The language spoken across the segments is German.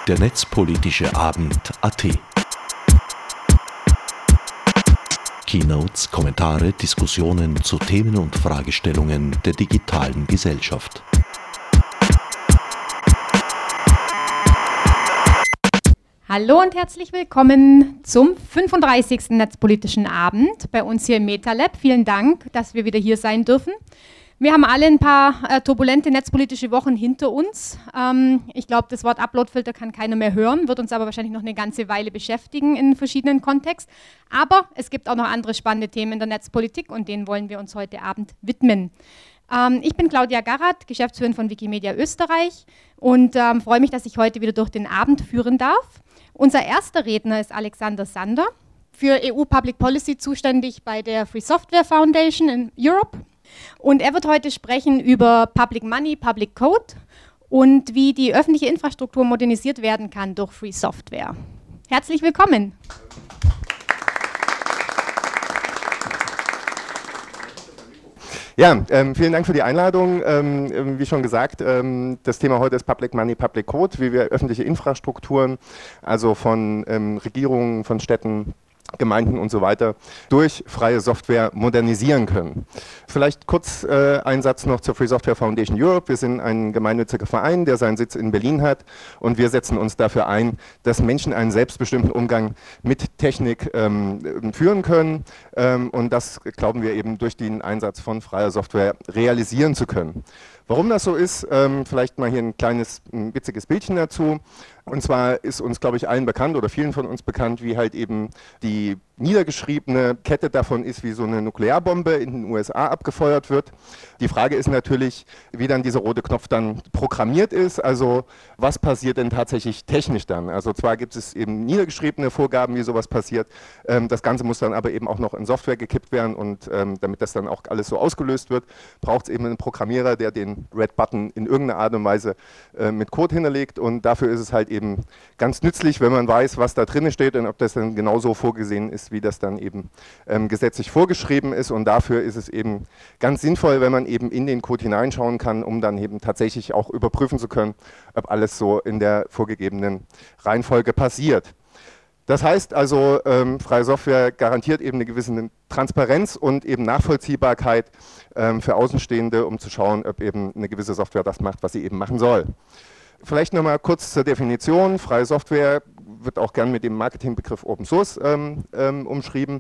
Der Netzpolitische Abend AT. Keynotes, Kommentare, Diskussionen zu Themen und Fragestellungen der digitalen Gesellschaft. Hallo und herzlich willkommen zum 35. Netzpolitischen Abend bei uns hier im MetaLab. Vielen Dank, dass wir wieder hier sein dürfen. Wir haben alle ein paar turbulente netzpolitische Wochen hinter uns. Ich glaube, das Wort Uploadfilter kann keiner mehr hören, wird uns aber wahrscheinlich noch eine ganze Weile beschäftigen in verschiedenen Kontexten. Aber es gibt auch noch andere spannende Themen in der Netzpolitik und denen wollen wir uns heute Abend widmen. Ich bin Claudia Garrath, Geschäftsführerin von Wikimedia Österreich und freue mich, dass ich heute wieder durch den Abend führen darf. Unser erster Redner ist Alexander Sander, für EU Public Policy zuständig bei der Free Software Foundation in Europe. Und er wird heute sprechen über Public Money, Public Code und wie die öffentliche Infrastruktur modernisiert werden kann durch Free Software. Herzlich willkommen. Ja, vielen Dank für die Einladung. Wie schon gesagt, das Thema heute ist Public Money, Public Code, wie wir öffentliche Infrastrukturen, also von Regierungen, von Städten, Gemeinden und so weiter, durch freie Software modernisieren können. Vielleicht kurz ein Satz noch zur Free Software Foundation Europe. Wir sind ein gemeinnütziger Verein, der seinen Sitz in Berlin hat und wir setzen uns dafür ein, dass Menschen einen selbstbestimmten Umgang mit Technik führen können und das glauben wir eben durch den Einsatz von freier Software realisieren zu können. Warum das so ist, vielleicht mal hier ein kleines witziges Bildchen dazu. Und zwar ist uns, glaube ich, allen bekannt oder vielen von uns bekannt, wie halt eben die niedergeschriebene Kette davon ist, wie so eine Nuklearbombe in den USA abgefeuert wird. Die Frage ist natürlich, wie dann dieser rote Knopf dann programmiert ist, also was passiert denn tatsächlich technisch dann? Also zwar gibt es eben niedergeschriebene Vorgaben, wie sowas passiert, das Ganze muss dann aber eben auch noch in Software gekippt werden und damit das dann auch alles so ausgelöst wird, braucht es eben einen Programmierer, der den Red Button in irgendeiner Art und Weise mit Code hinterlegt und dafür ist es halt eben ganz nützlich, wenn man weiß, was da drin steht und ob das dann genauso vorgesehen ist, wie das dann eben gesetzlich vorgeschrieben ist und dafür ist es eben ganz sinnvoll, wenn man eben in den Code hineinschauen kann, um dann eben tatsächlich auch überprüfen zu können, ob alles so in der vorgegebenen Reihenfolge passiert. Das heißt also, freie Software garantiert eben eine gewisse Transparenz und eben Nachvollziehbarkeit für Außenstehende, um zu schauen, ob eben eine gewisse Software das macht, was sie eben machen soll. Vielleicht nochmal kurz zur Definition. Freie Software wird auch gern mit dem Marketingbegriff Open Source umschrieben.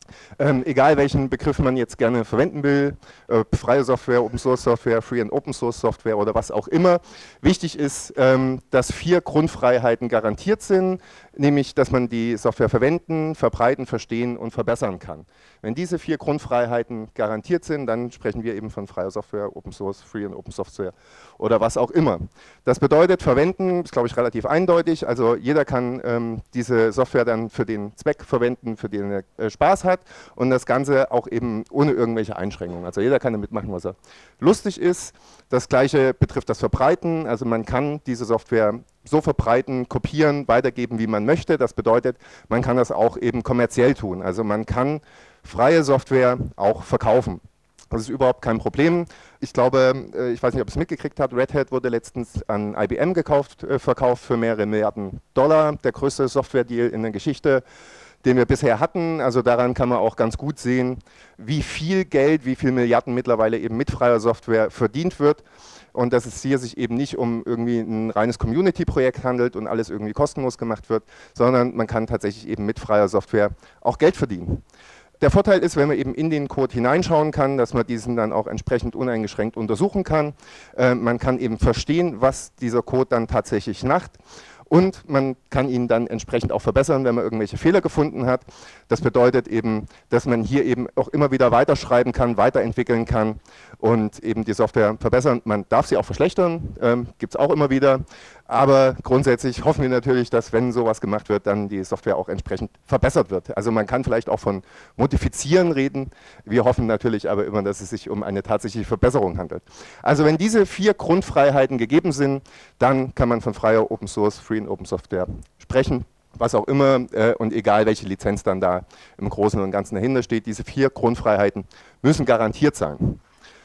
Egal welchen Begriff man jetzt gerne verwenden will, freie Software, Open Source Software, Free and Open Source Software oder was auch immer. Wichtig ist, dass 4 Grundfreiheiten garantiert sind, nämlich dass man die Software verwenden, verbreiten, verstehen und verbessern kann. Wenn diese 4 Grundfreiheiten garantiert sind, dann sprechen wir eben von freier Software, Open Source, Free and Open Software oder was auch immer. Das bedeutet, verwenden ist, glaube ich, relativ eindeutig. Also jeder kann diese Software dann für den Zweck verwenden, für den er Spaß hat und das Ganze auch eben ohne irgendwelche Einschränkungen. Also jeder kann damit machen, was er lustig ist. Das Gleiche betrifft das Verbreiten. Also man kann diese Software so verbreiten, kopieren, weitergeben, wie man möchte. Das bedeutet, man kann das auch eben kommerziell tun. Also man kann freie Software auch verkaufen. Das ist überhaupt kein Problem. Ich glaube, ich weiß nicht, ob ihr es mitgekriegt habt, Red Hat wurde letztens an IBM verkauft für mehrere Milliarden $. Der größte Software-Deal in der Geschichte, den wir bisher hatten. Also daran kann man auch ganz gut sehen, wie viel Geld, wie viel Milliarden mittlerweile eben mit freier Software verdient wird. Und dass es hier sich eben nicht um irgendwie ein reines Community-Projekt handelt und alles irgendwie kostenlos gemacht wird, sondern man kann tatsächlich eben mit freier Software auch Geld verdienen. Der Vorteil ist, wenn man eben in den Code hineinschauen kann, dass man diesen dann auch entsprechend uneingeschränkt untersuchen kann. Man kann eben verstehen, was dieser Code dann tatsächlich macht. Und man kann ihn dann entsprechend auch verbessern, wenn man irgendwelche Fehler gefunden hat. Das bedeutet eben, dass man hier eben auch immer wieder weiterschreiben kann, weiterentwickeln kann und eben die Software verbessern. Man darf sie auch verschlechtern, gibt es auch immer wieder. Aber grundsätzlich hoffen wir natürlich, dass wenn sowas gemacht wird, dann die Software auch entsprechend verbessert wird. Also man kann vielleicht auch von Modifizieren reden. Wir hoffen natürlich aber immer, dass es sich um eine tatsächliche Verbesserung handelt. Also wenn diese 4 Grundfreiheiten gegeben sind, dann kann man von freier Open Source, Free and Open Software sprechen. Was auch immer und egal welche Lizenz dann da im Großen und Ganzen dahinter steht, diese 4 Grundfreiheiten müssen garantiert sein.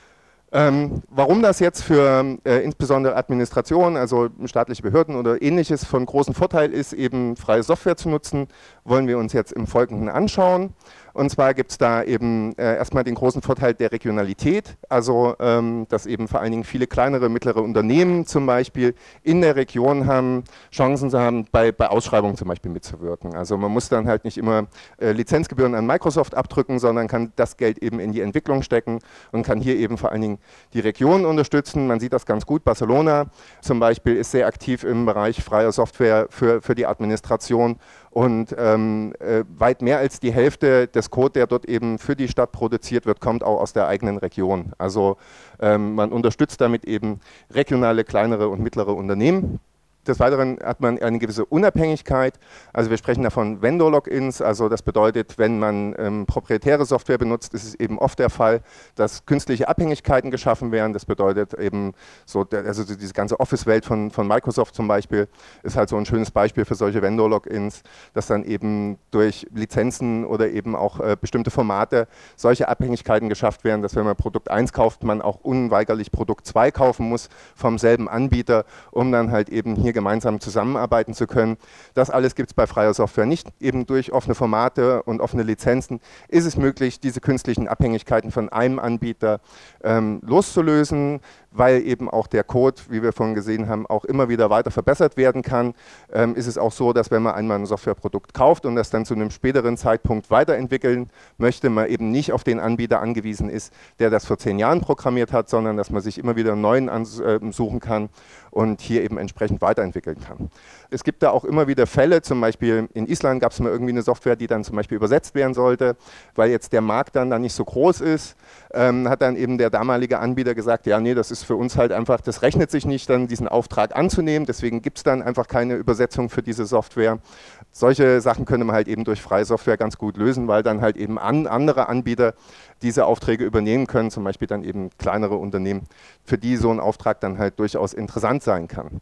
Warum das jetzt für insbesondere Administration, also staatliche Behörden oder ähnliches von großem Vorteil ist, eben freie Software zu nutzen, wollen wir uns jetzt im Folgenden anschauen. Und zwar gibt es da eben erstmal den großen Vorteil der Regionalität, also dass eben vor allen Dingen viele kleinere, mittlere Unternehmen zum Beispiel in der Region haben, Chancen zu haben, bei Ausschreibungen zum Beispiel mitzuwirken. Also man muss dann halt nicht immer Lizenzgebühren an Microsoft abdrücken, sondern kann das Geld eben in die Entwicklung stecken und kann hier eben vor allen Dingen die Region unterstützen. Man sieht das ganz gut. Barcelona zum Beispiel ist sehr aktiv im Bereich freier Software für die Administration. Und weit mehr als die Hälfte des Code, der dort eben für die Stadt produziert wird, kommt auch aus der eigenen Region. Also man unterstützt damit eben regionale, kleinere und mittlere Unternehmen. Des Weiteren hat man eine gewisse Unabhängigkeit, also wir sprechen davon Vendor-Logins, also das bedeutet, wenn man proprietäre Software benutzt, ist es eben oft der Fall, dass künstliche Abhängigkeiten geschaffen werden. Das bedeutet eben, also diese ganze Office-Welt von Microsoft zum Beispiel ist halt so ein schönes Beispiel für solche Vendor-Logins, dass dann eben durch Lizenzen oder eben auch bestimmte Formate solche Abhängigkeiten geschafft werden, dass wenn man Produkt 1 kauft, man auch unweigerlich Produkt 2 kaufen muss vom selben Anbieter, um dann halt eben hier gemeinsam zusammenarbeiten zu können. Das alles gibt es bei freier Software nicht. Eben durch offene Formate und offene Lizenzen ist es möglich, diese künstlichen Abhängigkeiten von einem Anbieter loszulösen, weil eben auch der Code, wie wir vorhin gesehen haben, auch immer wieder weiter verbessert werden kann. Ist es auch so, dass wenn man einmal ein Softwareprodukt kauft und das dann zu einem späteren Zeitpunkt weiterentwickeln möchte, man eben nicht auf den Anbieter angewiesen ist, der das vor 10 Jahren programmiert hat, sondern dass man sich immer wieder einen neuen suchen kann und hier eben entsprechend weiterentwickeln kann. Es gibt da auch immer wieder Fälle, zum Beispiel in Island gab es mal irgendwie eine Software, die dann zum Beispiel übersetzt werden sollte, weil jetzt der Markt dann nicht so groß ist, hat dann eben der damalige Anbieter gesagt, ja nee, das ist für uns halt einfach, das rechnet sich nicht, dann diesen Auftrag anzunehmen, deswegen gibt es dann einfach keine Übersetzung für diese Software. Solche Sachen könnte man halt eben durch freie Software ganz gut lösen, weil dann halt eben andere Anbieter diese Aufträge übernehmen können, zum Beispiel dann eben kleinere Unternehmen, für die so ein Auftrag dann halt durchaus interessant sein kann.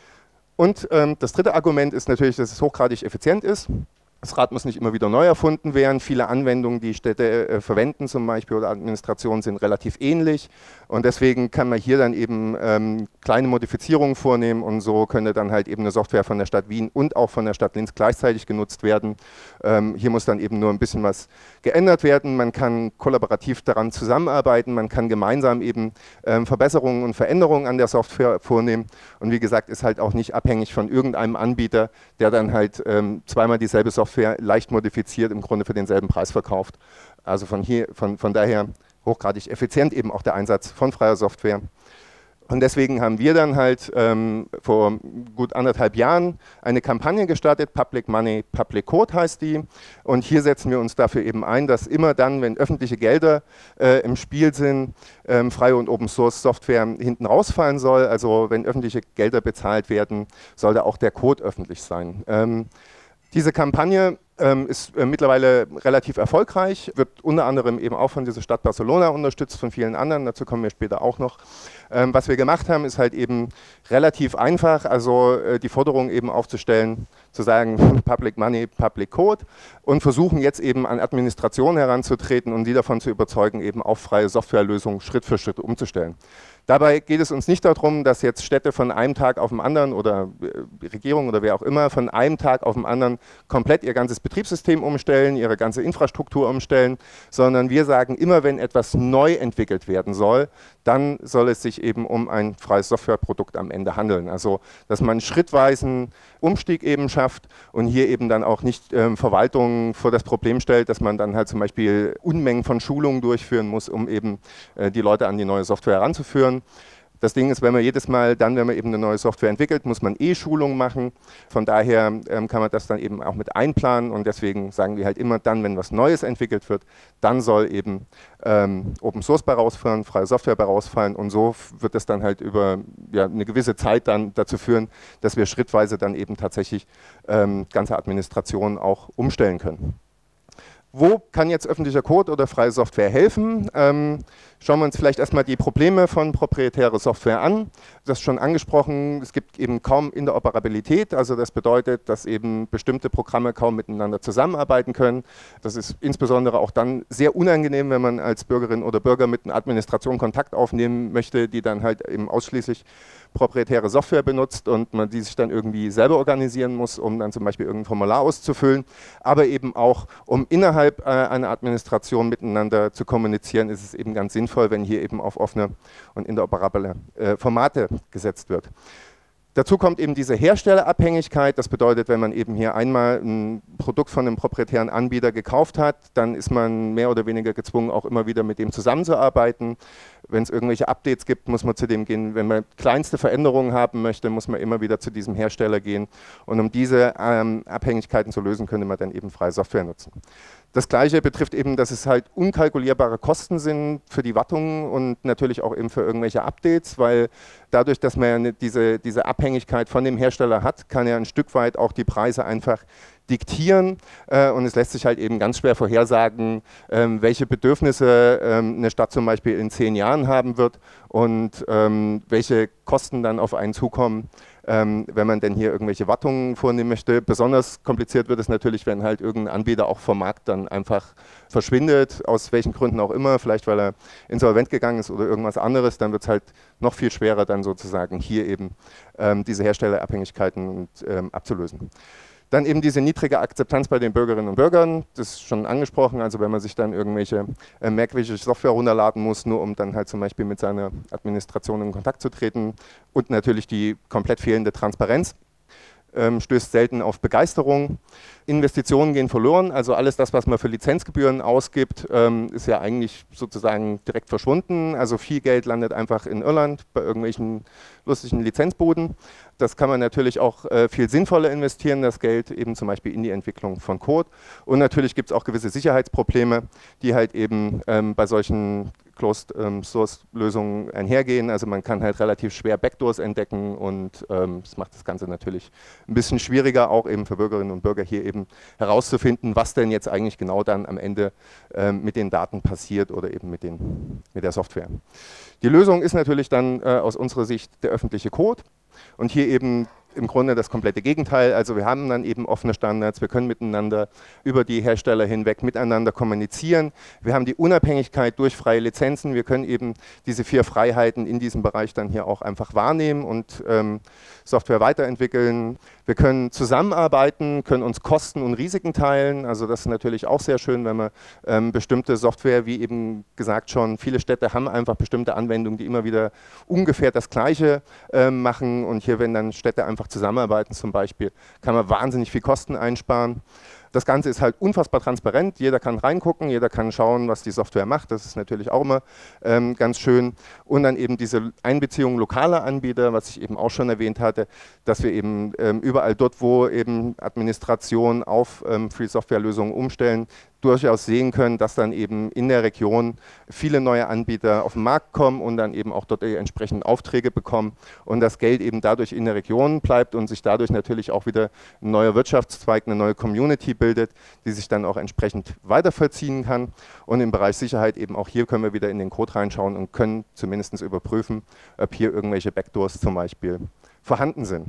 Und das dritte Argument ist natürlich, dass es hochgradig effizient ist. Das Rad muss nicht immer wieder neu erfunden werden. Viele Anwendungen, die Städte verwenden zum Beispiel oder Administrationen, sind relativ ähnlich. Und deswegen kann man hier dann eben kleine Modifizierungen vornehmen und so könnte dann halt eben eine Software von der Stadt Wien und auch von der Stadt Linz gleichzeitig genutzt werden. Hier muss dann eben nur ein bisschen was geändert werden. Man kann kollaborativ daran zusammenarbeiten. Man kann gemeinsam eben Verbesserungen und Veränderungen an der Software vornehmen. Und wie gesagt, ist halt auch nicht abhängig von irgendeinem Anbieter, der dann halt zweimal dieselbe Software leicht modifiziert im Grunde für denselben Preis verkauft. Also von daher hochgradig effizient eben auch der Einsatz von freier Software. Und deswegen haben wir dann halt vor gut 1,5 Jahren eine Kampagne gestartet, Public Money, Public Code heißt die. Und hier setzen wir uns dafür eben ein, dass immer dann, wenn öffentliche Gelder im Spiel sind, freie und Open Source Software hinten rausfallen soll. Also wenn öffentliche Gelder bezahlt werden, sollte auch der Code öffentlich sein. Diese Kampagne ist mittlerweile relativ erfolgreich, wird unter anderem eben auch von dieser Stadt Barcelona unterstützt, von vielen anderen, dazu kommen wir später auch noch. Was wir gemacht haben, ist halt eben relativ einfach, also die Forderung eben aufzustellen, zu sagen Public Money, Public Code und versuchen jetzt eben an Administrationen heranzutreten und die davon zu überzeugen, eben auf freie Softwarelösungen Schritt für Schritt umzustellen. Dabei geht es uns nicht darum, dass jetzt Städte von einem Tag auf den anderen oder Regierung oder wer auch immer von einem Tag auf den anderen komplett ihr ganzes Betriebssystem umstellen, ihre ganze Infrastruktur umstellen, sondern wir sagen immer, wenn etwas neu entwickelt werden soll, dann soll es sich eben um ein freies Softwareprodukt am Ende handeln. Also, dass man einen schrittweisen Umstieg eben schafft und hier eben dann auch nicht Verwaltungen vor das Problem stellt, dass man dann halt zum Beispiel Unmengen von Schulungen durchführen muss, um eben die Leute an die neue Software heranzuführen. Das Ding ist, wenn man jedes Mal dann, wenn man eben eine neue Software entwickelt, muss man Schulungen machen. Von daher kann man das dann eben auch mit einplanen und deswegen sagen wir halt immer dann, wenn was Neues entwickelt wird, dann soll eben Open Source bei rausfallen, freie Software bei rausfallen und so wird es dann halt über eine gewisse Zeit dann dazu führen, dass wir schrittweise dann eben tatsächlich ganze Administrationen auch umstellen können. Wo kann jetzt öffentlicher Code oder freie Software helfen? Schauen wir uns vielleicht erstmal die Probleme von proprietärer Software an. Das ist schon angesprochen, es gibt eben kaum Interoperabilität, also das bedeutet, dass eben bestimmte Programme kaum miteinander zusammenarbeiten können. Das ist insbesondere auch dann sehr unangenehm, wenn man als Bürgerin oder Bürger mit einer Administration Kontakt aufnehmen möchte, die dann halt eben ausschließlich proprietäre Software benutzt und man die sich dann irgendwie selber organisieren muss, um dann zum Beispiel irgendein Formular auszufüllen, aber eben auch, um innerhalb einer Administration miteinander zu kommunizieren, ist es eben ganz sinnvoll, wenn hier eben auf offene und interoperable Formate gesetzt wird. Dazu kommt eben diese Herstellerabhängigkeit, das bedeutet, wenn man eben hier einmal ein Produkt von einem proprietären Anbieter gekauft hat, dann ist man mehr oder weniger gezwungen, auch immer wieder mit dem zusammenzuarbeiten. Wenn es irgendwelche Updates gibt, muss man zu dem gehen. Wenn man kleinste Veränderungen haben möchte, muss man immer wieder zu diesem Hersteller gehen. Und um diese Abhängigkeiten zu lösen, könnte man dann eben freie Software nutzen. Das Gleiche betrifft eben, dass es halt unkalkulierbare Kosten sind für die Wartung und natürlich auch eben für irgendwelche Updates, weil dadurch, dass man diese Abhängigkeit von dem Hersteller hat, kann er ein Stück weit auch die Preise einfach diktieren und es lässt sich halt eben ganz schwer vorhersagen, welche Bedürfnisse eine Stadt zum Beispiel in 10 Jahren haben wird und welche Kosten dann auf einen zukommen, wenn man denn hier irgendwelche Wartungen vornehmen möchte. Besonders kompliziert wird es natürlich, wenn halt irgendein Anbieter auch vom Markt dann einfach verschwindet, aus welchen Gründen auch immer, vielleicht weil er insolvent gegangen ist oder irgendwas anderes, dann wird es halt noch viel schwerer dann sozusagen hier eben diese Herstellerabhängigkeiten abzulösen. Dann eben diese niedrige Akzeptanz bei den Bürgerinnen und Bürgern, das ist schon angesprochen, also wenn man sich dann irgendwelche merkwürdige Software runterladen muss, nur um dann halt zum Beispiel mit seiner Administration in Kontakt zu treten und natürlich die komplett fehlende Transparenz. Stößt selten auf Begeisterung. Investitionen gehen verloren, also alles das, was man für Lizenzgebühren ausgibt, ist ja eigentlich sozusagen direkt verschwunden. Also viel Geld landet einfach in Irland bei irgendwelchen lustigen Lizenzbuden. Das kann man natürlich auch viel sinnvoller investieren, das Geld eben zum Beispiel in die Entwicklung von Code. Und natürlich gibt es auch gewisse Sicherheitsprobleme, die halt eben bei solchen Closed-Source-Lösungen einhergehen. Also man kann halt relativ schwer Backdoors entdecken und das macht das Ganze natürlich ein bisschen schwieriger, auch eben für Bürgerinnen und Bürger hier eben herauszufinden, was denn jetzt eigentlich genau dann am Ende mit den Daten passiert oder eben mit der Software. Die Lösung ist natürlich dann aus unserer Sicht der öffentliche Code und hier eben im Grunde das komplette Gegenteil. Also wir haben dann eben offene Standards, wir können miteinander über die Hersteller hinweg miteinander kommunizieren. Wir haben die Unabhängigkeit durch freie Lizenzen. Wir können eben diese 4 Freiheiten in diesem Bereich dann hier auch einfach wahrnehmen und Software weiterentwickeln. Wir können zusammenarbeiten, können uns Kosten und Risiken teilen. Also das ist natürlich auch sehr schön, wenn man bestimmte Software, wie eben gesagt schon, viele Städte haben einfach bestimmte Anwendungen, die immer wieder ungefähr das Gleiche machen. Und hier, wenn dann Städte einfach zusammenarbeiten zum Beispiel, kann man wahnsinnig viel Kosten einsparen. Das Ganze ist halt unfassbar transparent, jeder kann reingucken, jeder kann schauen, was die Software macht, das ist natürlich auch immer ganz schön. Und dann eben diese Einbeziehung lokaler Anbieter, was ich eben auch schon erwähnt hatte, dass wir eben überall dort, wo eben Administration auf Free-Software-Lösungen umstellen, durchaus sehen können, dass dann eben in der Region viele neue Anbieter auf den Markt kommen und dann eben auch dort die entsprechenden Aufträge bekommen und das Geld eben dadurch in der Region bleibt und sich dadurch natürlich auch wieder ein neuer Wirtschaftszweig, eine neue Community bildet, die sich dann auch entsprechend weiter vollziehen kann. Und im Bereich Sicherheit eben auch hier können wir wieder in den Code reinschauen und können zumindest überprüfen, ob hier irgendwelche Backdoors zum Beispiel vorhanden sind.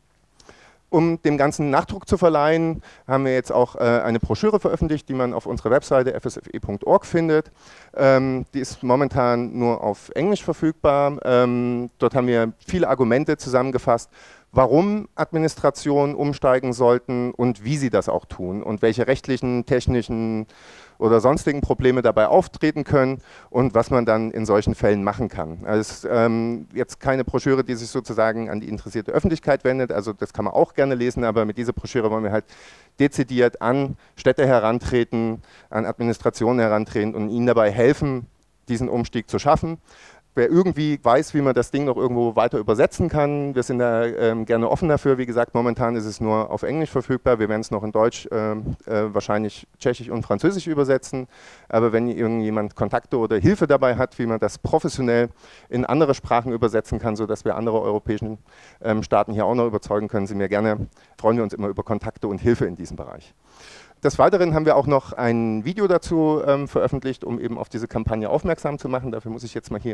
Um dem Ganzen Nachdruck zu verleihen, haben wir jetzt auch eine Broschüre veröffentlicht, die man auf unserer Webseite fsfe.org findet. Die ist momentan nur auf Englisch verfügbar. Dort haben wir viele Argumente zusammengefasst, warum Administrationen umsteigen sollten und wie sie das auch tun und welche rechtlichen, technischen oder sonstigen Probleme dabei auftreten können und was man dann in solchen Fällen machen kann. Also jetzt keine Broschüre, die sich sozusagen an die interessierte Öffentlichkeit wendet, also das kann man auch gerne lesen, aber mit dieser Broschüre wollen wir halt dezidiert an Städte herantreten, an Administrationen herantreten und ihnen dabei helfen, diesen Umstieg zu schaffen. Wer irgendwie weiß, wie man das Ding noch irgendwo weiter übersetzen kann, wir sind da gerne offen dafür. Wie gesagt, momentan ist es nur auf Englisch verfügbar. Wir werden es noch in Deutsch, wahrscheinlich Tschechisch und Französisch übersetzen. Aber wenn irgendjemand Kontakte oder Hilfe dabei hat, wie man das professionell in andere Sprachen übersetzen kann, sodass wir andere europäischen Staaten hier auch noch überzeugen können, freuen wir uns immer über Kontakte und Hilfe in diesem Bereich. Des Weiteren haben wir auch noch ein Video dazu veröffentlicht, um eben auf diese Kampagne aufmerksam zu machen. Dafür muss ich jetzt mal hier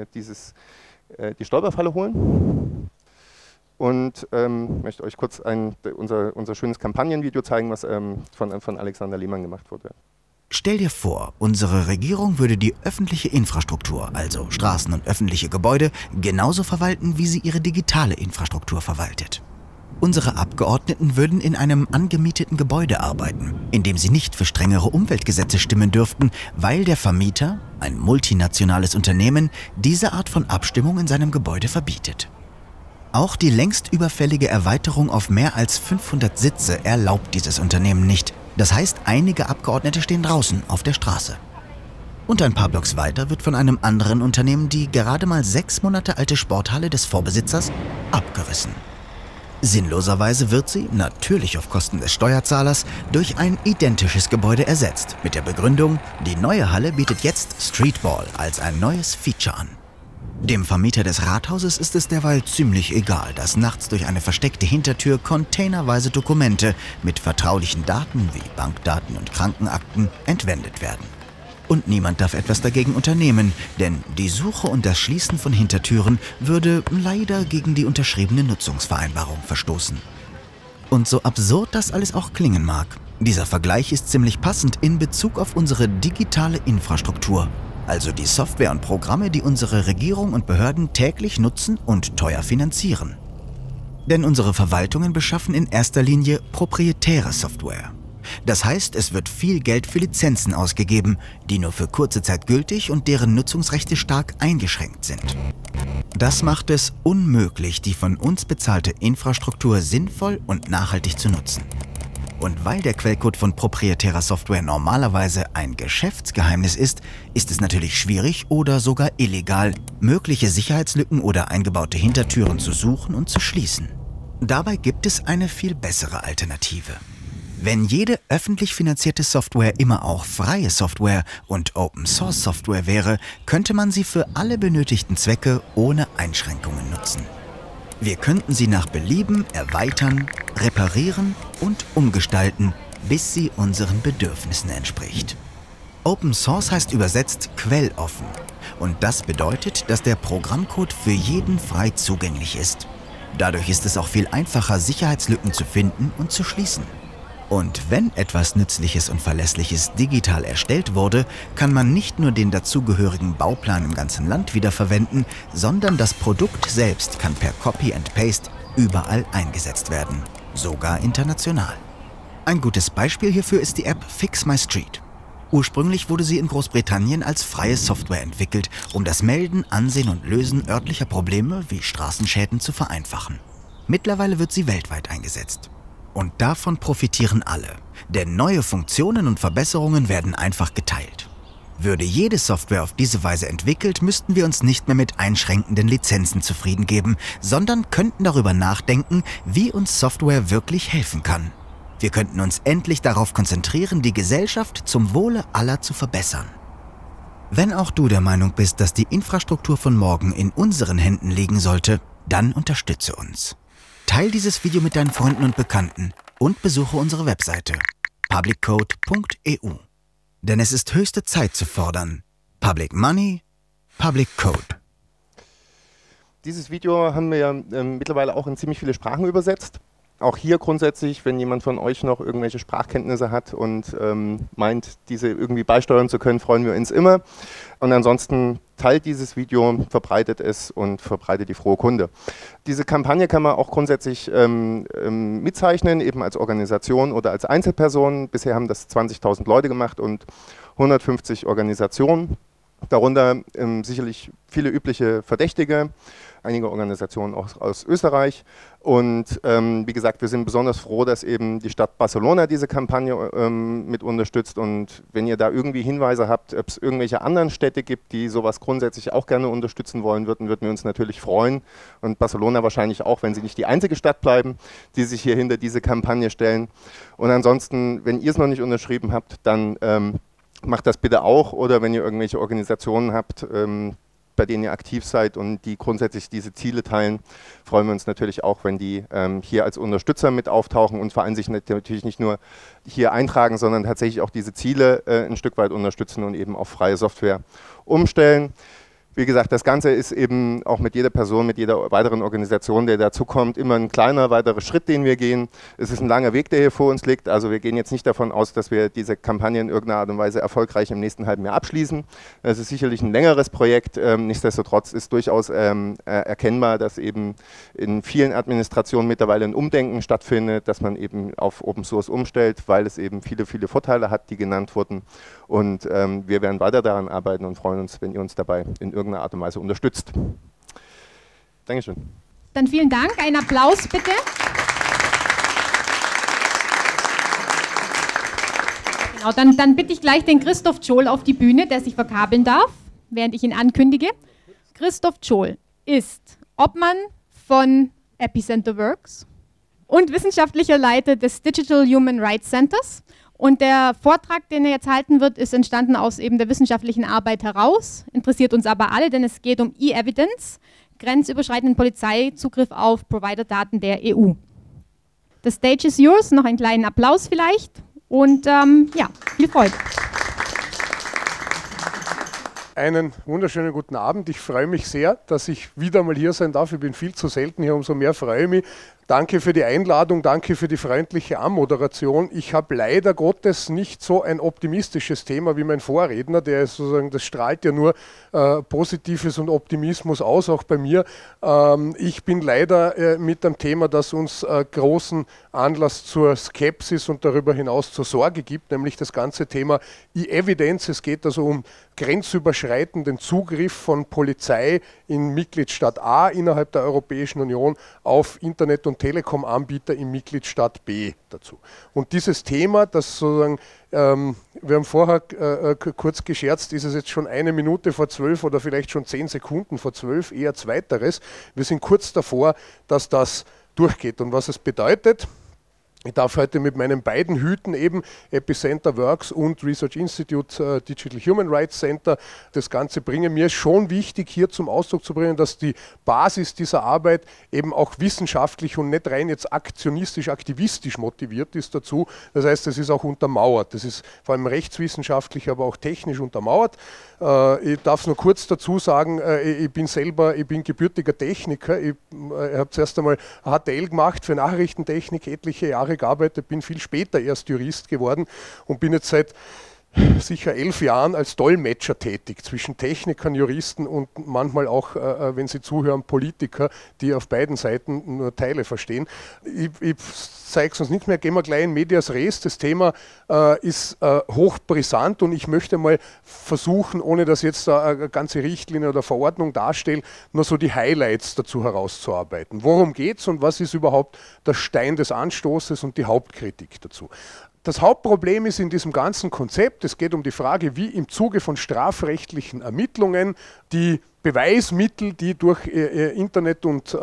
die Stolperfalle holen. Und möchte euch kurz unser schönes Kampagnenvideo zeigen, was von Alexander Lehmann gemacht wurde. Stell dir vor, unsere Regierung würde die öffentliche Infrastruktur, also Straßen und öffentliche Gebäude, genauso verwalten, wie sie ihre digitale Infrastruktur verwaltet. Unsere Abgeordneten würden in einem angemieteten Gebäude arbeiten, in dem sie nicht für strengere Umweltgesetze stimmen dürften, weil der Vermieter, ein multinationales Unternehmen, diese Art von Abstimmung in seinem Gebäude verbietet. Auch die längst überfällige Erweiterung auf mehr als 500 Sitze erlaubt dieses Unternehmen nicht. Das heißt, einige Abgeordnete stehen draußen auf der Straße. Und ein paar Blocks weiter wird von einem anderen Unternehmen die gerade mal 6 Monate alte Sporthalle des Vorbesitzers abgerissen. Sinnloserweise wird sie, natürlich auf Kosten des Steuerzahlers, durch ein identisches Gebäude ersetzt, mit der Begründung, die neue Halle bietet jetzt Streetball als ein neues Feature an. Dem Vermieter des Rathauses ist es derweil ziemlich egal, dass nachts durch eine versteckte Hintertür containerweise Dokumente mit vertraulichen Daten wie Bankdaten und Krankenakten entwendet werden. Und niemand darf etwas dagegen unternehmen, denn die Suche und das Schließen von Hintertüren würde leider gegen die unterschriebene Nutzungsvereinbarung verstoßen. Und so absurd das alles auch klingen mag, dieser Vergleich ist ziemlich passend in Bezug auf unsere digitale Infrastruktur. Also die Software und Programme, die unsere Regierung und Behörden täglich nutzen und teuer finanzieren. Denn unsere Verwaltungen beschaffen in erster Linie proprietäre Software. Das heißt, es wird viel Geld für Lizenzen ausgegeben, die nur für kurze Zeit gültig und deren Nutzungsrechte stark eingeschränkt sind. Das macht es unmöglich, die von uns bezahlte Infrastruktur sinnvoll und nachhaltig zu nutzen. Und weil der Quellcode von proprietärer Software normalerweise ein Geschäftsgeheimnis ist, ist es natürlich schwierig oder sogar illegal, mögliche Sicherheitslücken oder eingebaute Hintertüren zu suchen und zu schließen. Dabei gibt es eine viel bessere Alternative. Wenn jede öffentlich finanzierte Software immer auch freie Software und Open-Source-Software wäre, könnte man sie für alle benötigten Zwecke ohne Einschränkungen nutzen. Wir könnten sie nach Belieben erweitern, reparieren und umgestalten, bis sie unseren Bedürfnissen entspricht. Open Source heißt übersetzt quelloffen. Und das bedeutet, dass der Programmcode für jeden frei zugänglich ist. Dadurch ist es auch viel einfacher, Sicherheitslücken zu finden und zu schließen. Und wenn etwas Nützliches und Verlässliches digital erstellt wurde, kann man nicht nur den dazugehörigen Bauplan im ganzen Land wiederverwenden, sondern das Produkt selbst kann per Copy and Paste überall eingesetzt werden, sogar international. Ein gutes Beispiel hierfür ist die App Fix My Street. Ursprünglich wurde sie in Großbritannien als freie Software entwickelt, um das Melden, Ansehen und Lösen örtlicher Probleme wie Straßenschäden zu vereinfachen. Mittlerweile wird sie weltweit eingesetzt. Und davon profitieren alle, denn neue Funktionen und Verbesserungen werden einfach geteilt. Würde jede Software auf diese Weise entwickelt, müssten wir uns nicht mehr mit einschränkenden Lizenzen zufrieden geben, sondern könnten darüber nachdenken, wie uns Software wirklich helfen kann. Wir könnten uns endlich darauf konzentrieren, die Gesellschaft zum Wohle aller zu verbessern. Wenn auch du der Meinung bist, dass die Infrastruktur von morgen in unseren Händen liegen sollte, dann unterstütze uns. Teil dieses Video mit deinen Freunden und Bekannten und besuche unsere Webseite publiccode.eu. Denn es ist höchste Zeit zu fordern: Public Money, Public Code. Dieses Video haben wir ja mittlerweile auch in ziemlich viele Sprachen übersetzt. Auch hier grundsätzlich, wenn jemand von euch noch irgendwelche Sprachkenntnisse hat und meint, diese irgendwie beisteuern zu können, freuen wir uns immer. Und ansonsten teilt dieses Video, verbreitet es und verbreitet die frohe Kunde. Diese Kampagne kann man auch grundsätzlich mitzeichnen, eben als Organisation oder als Einzelperson. Bisher haben das 20.000 Leute gemacht und 150 Organisationen. Darunter sicherlich viele übliche Verdächtige, einige Organisationen auch aus Österreich. Und wie gesagt, wir sind besonders froh, dass eben die Stadt Barcelona diese Kampagne mit unterstützt. Und wenn ihr da irgendwie Hinweise habt, ob es irgendwelche anderen Städte gibt, die sowas grundsätzlich auch gerne unterstützen wollen würden, würden wir uns natürlich freuen. Und Barcelona wahrscheinlich auch, wenn sie nicht die einzige Stadt bleiben, die sich hier hinter diese Kampagne stellen. Und ansonsten, wenn ihr es noch nicht unterschrieben habt, dann macht das bitte auch, oder wenn ihr irgendwelche Organisationen habt, bei denen ihr aktiv seid und die grundsätzlich diese Ziele teilen, freuen wir uns natürlich auch, wenn die hier als Unterstützer mit auftauchen und vor allem sich natürlich nicht nur hier eintragen, sondern tatsächlich auch diese Ziele ein Stück weit unterstützen und eben auf freie Software umstellen. Wie gesagt, das Ganze ist eben auch mit jeder Person, mit jeder weiteren Organisation, der dazukommt, immer ein kleiner weiterer Schritt, den wir gehen. Es ist ein langer Weg, der hier vor uns liegt. Also wir gehen jetzt nicht davon aus, dass wir diese Kampagne in irgendeiner Art und Weise erfolgreich im nächsten halben Jahr abschließen. Es ist sicherlich ein längeres Projekt. Nichtsdestotrotz ist durchaus erkennbar, dass eben in vielen Administrationen mittlerweile ein Umdenken stattfindet, dass man eben auf Open Source umstellt, weil es eben viele, viele Vorteile hat, die genannt wurden. Und wir werden weiter daran arbeiten und freuen uns, wenn ihr uns dabei in irgendeiner Art und Weise unterstützt. Dankeschön. Dann vielen Dank. Ein Applaus bitte. Genau, dann bitte ich gleich den Christoph Tschol auf die Bühne, der sich verkabeln darf, während ich ihn ankündige. Christoph Tschol ist Obmann von Epicenter Works und wissenschaftlicher Leiter des Digital Human Rights Centers. Und der Vortrag, den er jetzt halten wird, ist entstanden aus eben der wissenschaftlichen Arbeit heraus, interessiert uns aber alle, denn es geht um E-Evidence, grenzüberschreitenden Polizeizugriff auf Providerdaten der EU. The stage is yours, noch einen kleinen Applaus vielleicht und ja, viel Freude. Einen wunderschönen guten Abend. Ich freue mich sehr, dass ich wieder mal hier sein darf. Ich bin viel zu selten hier, umso mehr freue ich mich. Danke für die Einladung, danke für die freundliche Anmoderation. Ich habe leider Gottes nicht so ein optimistisches Thema wie mein Vorredner, der ist sozusagen, das strahlt ja nur Positives und Optimismus aus, auch bei mir. Ich bin leider mit einem Thema, das uns großen Anlass zur Skepsis und darüber hinaus zur Sorge gibt, nämlich das ganze Thema E-Evidence. Es geht also um grenzüberschreitenden Zugriff von Polizei in Mitgliedstaat A innerhalb der Europäischen Union auf Internet- und Telekom-Anbieter im Mitgliedstaat B dazu. Und dieses Thema, das sozusagen, wir haben vorher kurz gescherzt, ist es jetzt schon 1 Minute vor 12 oder vielleicht schon 10 Sekunden vor 12, eher zweiteres. Wir sind kurz davor, dass das durchgeht. Und was es bedeutet, ich darf heute mit meinen beiden Hüten eben, Epicenter Works und Research Institute Digital Human Rights Center, das Ganze bringen. Mir ist schon wichtig, hier zum Ausdruck zu bringen, dass die Basis dieser Arbeit eben auch wissenschaftlich und nicht rein jetzt aktionistisch, aktivistisch motiviert ist dazu. Das heißt, es ist auch untermauert. Das ist vor allem rechtswissenschaftlich, aber auch technisch untermauert. Ich darf es nur kurz dazu sagen, ich bin gebürtiger Techniker. Ich habe zuerst einmal HTL gemacht für Nachrichtentechnik, etliche Jahre gearbeitet, bin viel später erst Jurist geworden und bin jetzt seit sicher 11 Jahren als Dolmetscher tätig zwischen Technikern, Juristen und manchmal auch, wenn Sie zuhören, Politiker, die auf beiden Seiten nur Teile verstehen. Ich zeige es uns nicht mehr, gehen wir gleich in medias res. Das Thema ist hochbrisant und ich möchte mal versuchen, ohne dass jetzt da eine ganze Richtlinie oder Verordnung darstelle, nur so die Highlights dazu herauszuarbeiten. Worum geht es und was ist überhaupt der Stein des Anstoßes und die Hauptkritik dazu? Das Hauptproblem ist in diesem ganzen Konzept, es geht um die Frage, wie im Zuge von strafrechtlichen Ermittlungen die Beweismittel, die durch Internet- und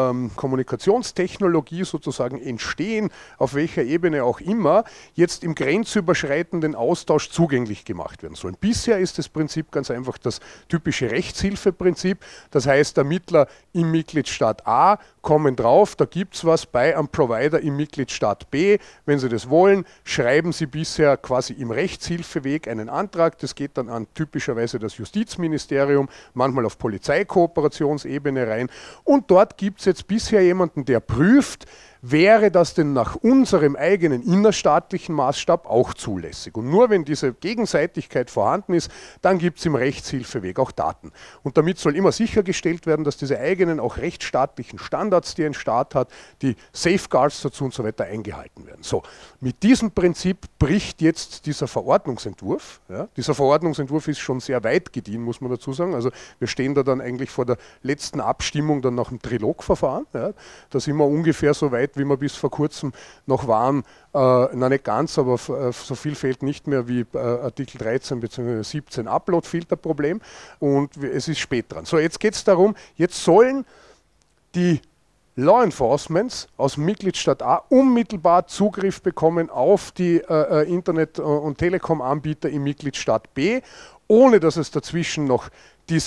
Kommunikationstechnologie sozusagen entstehen, auf welcher Ebene auch immer, jetzt im grenzüberschreitenden Austausch zugänglich gemacht werden sollen. Bisher ist das Prinzip ganz einfach das typische Rechtshilfeprinzip. Das heißt, Ermittler im Mitgliedstaat A kommen drauf, da gibt es was bei einem Provider im Mitgliedstaat B. Wenn Sie das wollen, schreiben Sie bisher quasi im Rechtshilfeweg einen Antrag. Das geht dann an typischerweise das Justizministerium, manchmal auf Polizeikooperationsebene rein. Und dort gibt es jetzt bisher jemanden, der prüft, wäre das denn nach unserem eigenen innerstaatlichen Maßstab auch zulässig. Und nur wenn diese Gegenseitigkeit vorhanden ist, dann gibt es im Rechtshilfeweg auch Daten. Und damit soll immer sichergestellt werden, dass diese eigenen auch rechtsstaatlichen Standards, die ein Staat hat, die Safeguards dazu und so weiter eingehalten werden. So, mit diesem Prinzip bricht jetzt dieser Verordnungsentwurf. Ja, dieser Verordnungsentwurf ist schon sehr weit gediehen, muss man dazu sagen. Also wir stehen da dann eigentlich vor der letzten Abstimmung dann nach dem Trilogverfahren. Ja, da sind wir ungefähr so weit, wie wir bis vor kurzem noch waren, nicht ganz, aber so viel fehlt nicht mehr wie Artikel 13 bzw. 17 Upload-Filter-Problem und es ist spät dran. So, jetzt geht es darum, jetzt sollen die Law Enforcements aus dem Mitgliedstaat A unmittelbar Zugriff bekommen auf die Internet- und Telekom-Anbieter im Mitgliedstaat B, ohne dass es dazwischen noch diese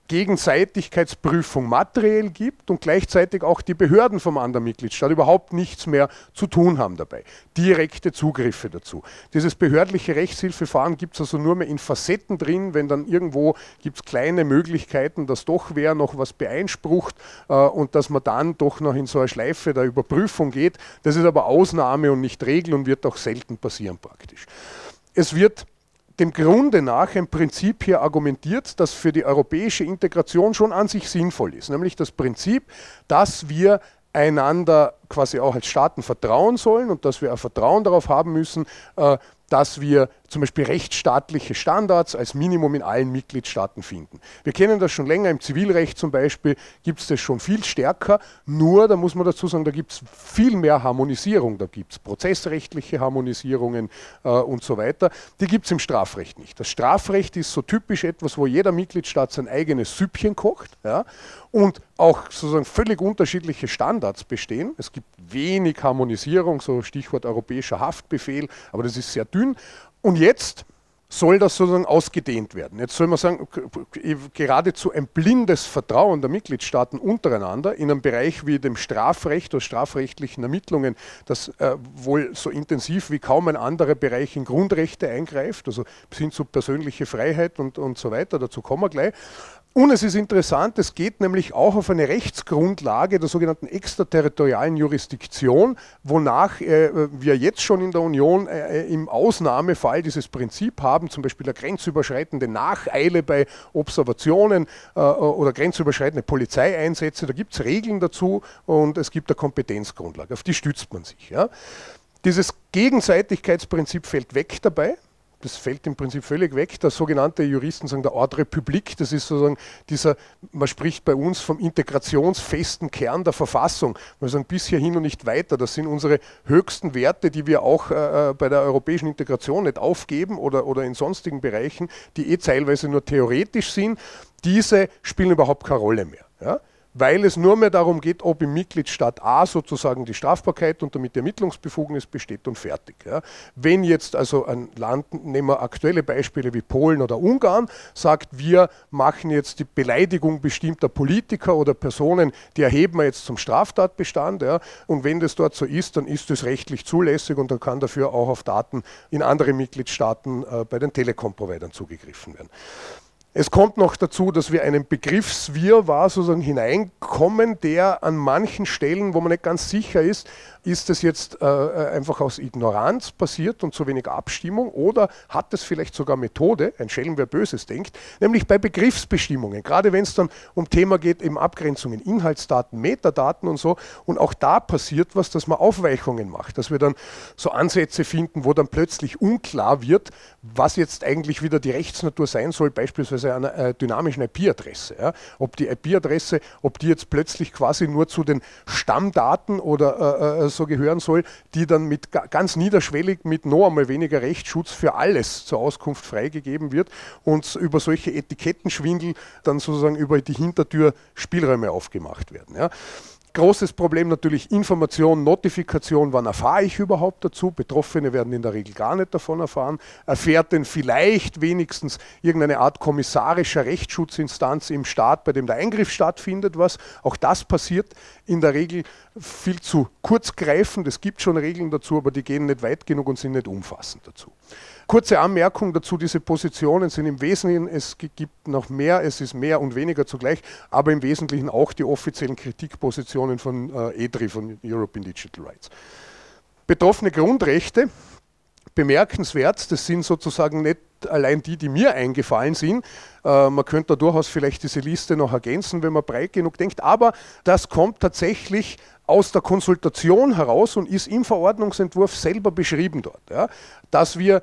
Gegenseitigkeitsprüfung materiell gibt und gleichzeitig auch die Behörden vom anderen Mitgliedstaat überhaupt nichts mehr zu tun haben dabei. Direkte Zugriffe dazu. Dieses behördliche Rechtshilfeverfahren gibt es also nur mehr in Facetten drin, wenn dann irgendwo gibt es kleine Möglichkeiten, dass doch wer noch was beeinsprucht und dass man dann doch noch in so eine Schleife der Überprüfung geht. Das ist aber Ausnahme und nicht Regel und wird auch selten passieren praktisch. Es wird dem Grunde nach ein Prinzip hier argumentiert, das für die europäische Integration schon an sich sinnvoll ist, nämlich das Prinzip, dass wir einander quasi auch als Staaten vertrauen sollen und dass wir ein Vertrauen darauf haben müssen, dass wir zum Beispiel rechtsstaatliche Standards als Minimum in allen Mitgliedstaaten finden. Wir kennen das schon länger, im Zivilrecht zum Beispiel gibt es das schon viel stärker, nur, da muss man dazu sagen, da gibt es viel mehr Harmonisierung, da gibt es prozessrechtliche Harmonisierungen und so weiter, die gibt es im Strafrecht nicht. Das Strafrecht ist so typisch etwas, wo jeder Mitgliedstaat sein eigenes Süppchen kocht, ja, und auch sozusagen völlig unterschiedliche Standards bestehen. Es gibt wenig Harmonisierung, so Stichwort europäischer Haftbefehl, aber das ist sehr dünn. Und jetzt soll das sozusagen ausgedehnt werden. Jetzt soll man sagen, geradezu ein blindes Vertrauen der Mitgliedstaaten untereinander in einem Bereich wie dem Strafrecht oder strafrechtlichen Ermittlungen, das wohl so intensiv wie kaum ein anderer Bereich in Grundrechte eingreift, also bis hin zu persönliche Freiheit und so weiter, dazu kommen wir gleich. Und es ist interessant, es geht nämlich auch auf eine Rechtsgrundlage der sogenannten extraterritorialen Jurisdiktion, wonach wir jetzt schon in der Union im Ausnahmefall dieses Prinzip haben, zum Beispiel eine grenzüberschreitende Nacheile bei Observationen oder grenzüberschreitende Polizeieinsätze. Da gibt es Regeln dazu und es gibt eine Kompetenzgrundlage, auf die stützt man sich. Ja. Dieses Gegenseitigkeitsprinzip fällt weg dabei. Das fällt im Prinzip völlig weg. Der sogenannte Juristen sagen, der Ordre Public, das ist sozusagen dieser, man spricht bei uns vom integrationsfesten Kern der Verfassung. Wir sagen bis hierhin und nicht weiter. Das sind unsere höchsten Werte, die wir auch bei der europäischen Integration nicht aufgeben oder in sonstigen Bereichen, die teilweise nur theoretisch sind. Diese spielen überhaupt keine Rolle mehr. Ja? Weil es nur mehr darum geht, ob im Mitgliedstaat A sozusagen die Strafbarkeit und damit die Ermittlungsbefugnis besteht und fertig. Ja. Wenn jetzt also ein Land, nehmen wir aktuelle Beispiele wie Polen oder Ungarn, sagt, wir machen jetzt die Beleidigung bestimmter Politiker oder Personen, die erheben wir jetzt zum Straftatbestand, ja, und wenn das dort so ist, dann ist das rechtlich zulässig und dann kann dafür auch auf Daten in anderen Mitgliedstaaten bei den Telekom-Providern zugegriffen werden. Es kommt noch dazu, dass wir einen Begriffswirrwarr sozusagen hineinkommen, der an manchen Stellen, wo man nicht ganz sicher ist es jetzt einfach aus Ignoranz passiert und zu wenig Abstimmung oder hat es vielleicht sogar Methode, ein Schelm, wer Böses denkt, nämlich bei Begriffsbestimmungen, gerade wenn es dann um Thema geht, eben Abgrenzungen, Inhaltsdaten, Metadaten und so, und auch da passiert was, dass man Aufweichungen macht, dass wir dann so Ansätze finden, wo dann plötzlich unklar wird, was jetzt eigentlich wieder die Rechtsnatur sein soll, beispielsweise einer dynamischen IP-Adresse. Ja? Ob die IP-Adresse, ob die jetzt plötzlich quasi nur zu den Stammdaten oder so gehören soll, die dann mit ganz niederschwellig mit noch einmal weniger Rechtsschutz für alles zur Auskunft freigegeben wird und über solche Etikettenschwindel dann sozusagen über die Hintertür Spielräume aufgemacht werden. Ja. Großes Problem natürlich Information, Notifikation, wann erfahre ich überhaupt dazu? Betroffene werden in der Regel gar nicht davon erfahren. Erfährt denn vielleicht wenigstens irgendeine Art kommissarischer Rechtsschutzinstanz im Staat, bei dem der Eingriff stattfindet, was? Auch das passiert in der Regel viel zu kurzgreifend. Es gibt schon Regeln dazu, aber die gehen nicht weit genug und sind nicht umfassend dazu. Kurze Anmerkung dazu, diese Positionen sind im Wesentlichen, es gibt noch mehr, es ist mehr und weniger zugleich, aber im Wesentlichen auch die offiziellen Kritikpositionen von EDRI, von European Digital Rights. Betroffene Grundrechte, bemerkenswert, das sind sozusagen nicht allein die mir eingefallen sind. Man könnte da durchaus vielleicht diese Liste noch ergänzen, wenn man breit genug denkt, aber das kommt tatsächlich aus der Konsultation heraus und ist im Verordnungsentwurf selber beschrieben dort, ja, dass wir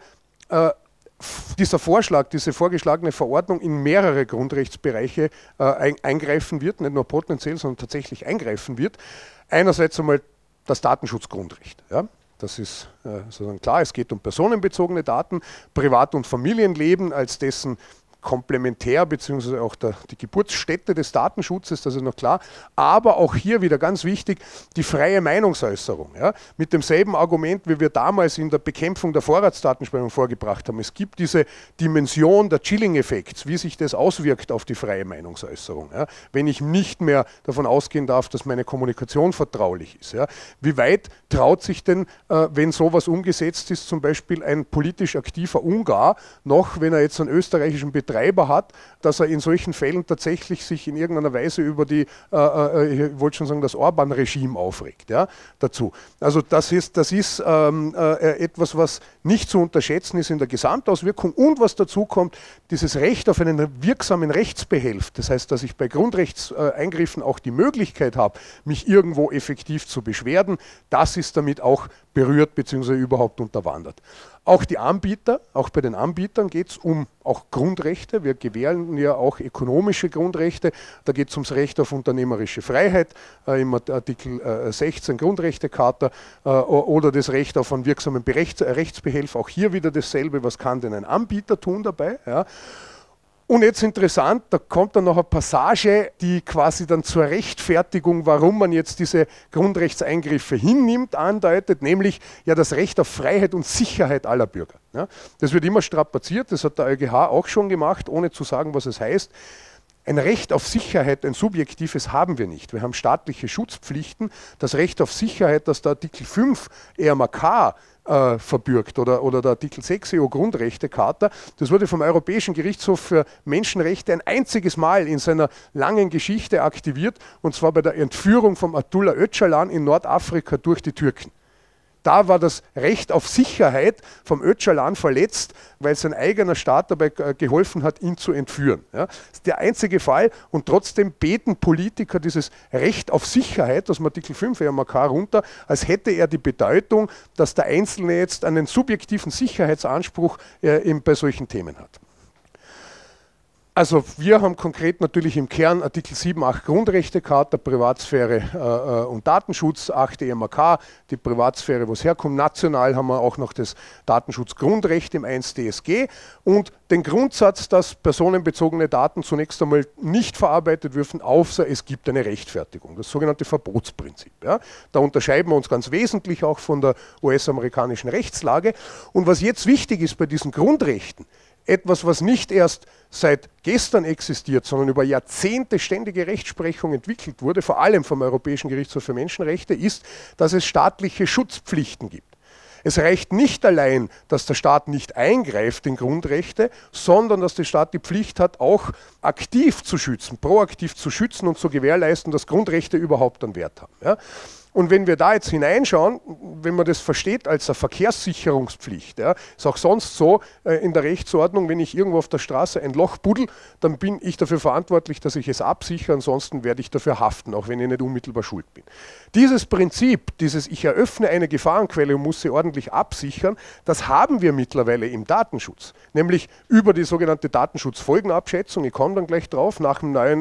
dieser Vorschlag, diese vorgeschlagene Verordnung in mehrere Grundrechtsbereiche eingreifen wird, nicht nur potenziell, sondern tatsächlich eingreifen wird. Einerseits einmal das Datenschutzgrundrecht. Ja. Das ist sozusagen klar, es geht um personenbezogene Daten, Privat- und Familienleben als dessen komplementär bzw. auch die Geburtsstätte des Datenschutzes, das ist noch klar. Aber auch hier wieder ganz wichtig, die freie Meinungsäußerung. Ja? Mit demselben Argument, wie wir damals in der Bekämpfung der Vorratsdatenspeicherung vorgebracht haben. Es gibt diese Dimension der Chilling-Effekts, wie sich das auswirkt auf die freie Meinungsäußerung. Ja? Wenn ich nicht mehr davon ausgehen darf, dass meine Kommunikation vertraulich ist. Ja? Wie weit traut sich denn, wenn sowas umgesetzt ist, zum Beispiel ein politisch aktiver Ungar, noch, wenn er jetzt einen österreichischen Betreiber hat, dass er in solchen Fällen tatsächlich sich in irgendeiner Weise über ich wollte schon sagen, das Orban-Regime aufregt, ja, dazu. Also das ist etwas, was nicht zu unterschätzen ist in der Gesamtauswirkung und was dazu kommt, dieses Recht auf einen wirksamen Rechtsbehelf, das heißt, dass ich bei Grundrechtseingriffen auch die Möglichkeit habe, mich irgendwo effektiv zu beschweren, das ist damit auch berührt bzw. überhaupt unterwandert. Auch die Anbieter, auch bei den Anbietern geht es um auch Grundrechte. Wir gewähren ja auch ökonomische Grundrechte. Da geht es ums Recht auf unternehmerische Freiheit im Artikel 16 Grundrechtecharta oder das Recht auf einen wirksamen Rechtsbehelf. Auch hier wieder dasselbe. Was kann denn ein Anbieter tun dabei? Ja. Und jetzt interessant, da kommt dann noch eine Passage, die quasi dann zur Rechtfertigung, warum man jetzt diese Grundrechtseingriffe hinnimmt, andeutet, nämlich ja das Recht auf Freiheit und Sicherheit aller Bürger. Ja, das wird immer strapaziert, das hat der EuGH auch schon gemacht, ohne zu sagen, was es heißt. Ein Recht auf Sicherheit, ein subjektives, haben wir nicht. Wir haben staatliche Schutzpflichten. Das Recht auf Sicherheit, das der Artikel 5 EMRK verbürgt oder der Artikel 6 EU-Grundrechtecharta. Das wurde vom Europäischen Gerichtshof für Menschenrechte ein einziges Mal in seiner langen Geschichte aktiviert, und zwar bei der Entführung von Abdullah Öcalan in Nordafrika durch die Türken. Da war das Recht auf Sicherheit vom Öcalan verletzt, weil sein eigener Staat dabei geholfen hat, ihn zu entführen. Ja, das ist der einzige Fall, und trotzdem beten Politiker dieses Recht auf Sicherheit aus dem Artikel 5 EMRK runter, als hätte er die Bedeutung, dass der Einzelne jetzt einen subjektiven Sicherheitsanspruch bei solchen Themen hat. Also wir haben konkret natürlich im Kern Artikel 7, 8 Grundrechtecharta, Privatsphäre und Datenschutz, 8 EMRK, die Privatsphäre, wo es herkommt. National haben wir auch noch das Datenschutzgrundrecht im 1 DSG und den Grundsatz, dass personenbezogene Daten zunächst einmal nicht verarbeitet dürfen, außer es gibt eine Rechtfertigung, das sogenannte Verbotsprinzip. Ja. Da unterscheiden wir uns ganz wesentlich auch von der US-amerikanischen Rechtslage. Und was jetzt wichtig ist bei diesen Grundrechten, etwas, was nicht erst seit gestern existiert, sondern über Jahrzehnte ständige Rechtsprechung entwickelt wurde, vor allem vom Europäischen Gerichtshof für Menschenrechte, ist, dass es staatliche Schutzpflichten gibt. Es reicht nicht allein, dass der Staat nicht eingreift in Grundrechte, sondern dass der Staat die Pflicht hat, auch aktiv zu schützen, proaktiv zu schützen und zu gewährleisten, dass Grundrechte überhaupt einen Wert haben. Ja? Und wenn wir da jetzt hineinschauen, wenn man das versteht als eine Verkehrssicherungspflicht, ja, ist auch sonst so in der Rechtsordnung, wenn ich irgendwo auf der Straße ein Loch buddel, dann bin ich dafür verantwortlich, dass ich es absichere, ansonsten werde ich dafür haften, auch wenn ich nicht unmittelbar schuld bin. Dieses Prinzip, ich eröffne eine Gefahrenquelle und muss sie ordentlich absichern, das haben wir mittlerweile im Datenschutz, nämlich über die sogenannte Datenschutzfolgenabschätzung, ich komme dann gleich drauf, nach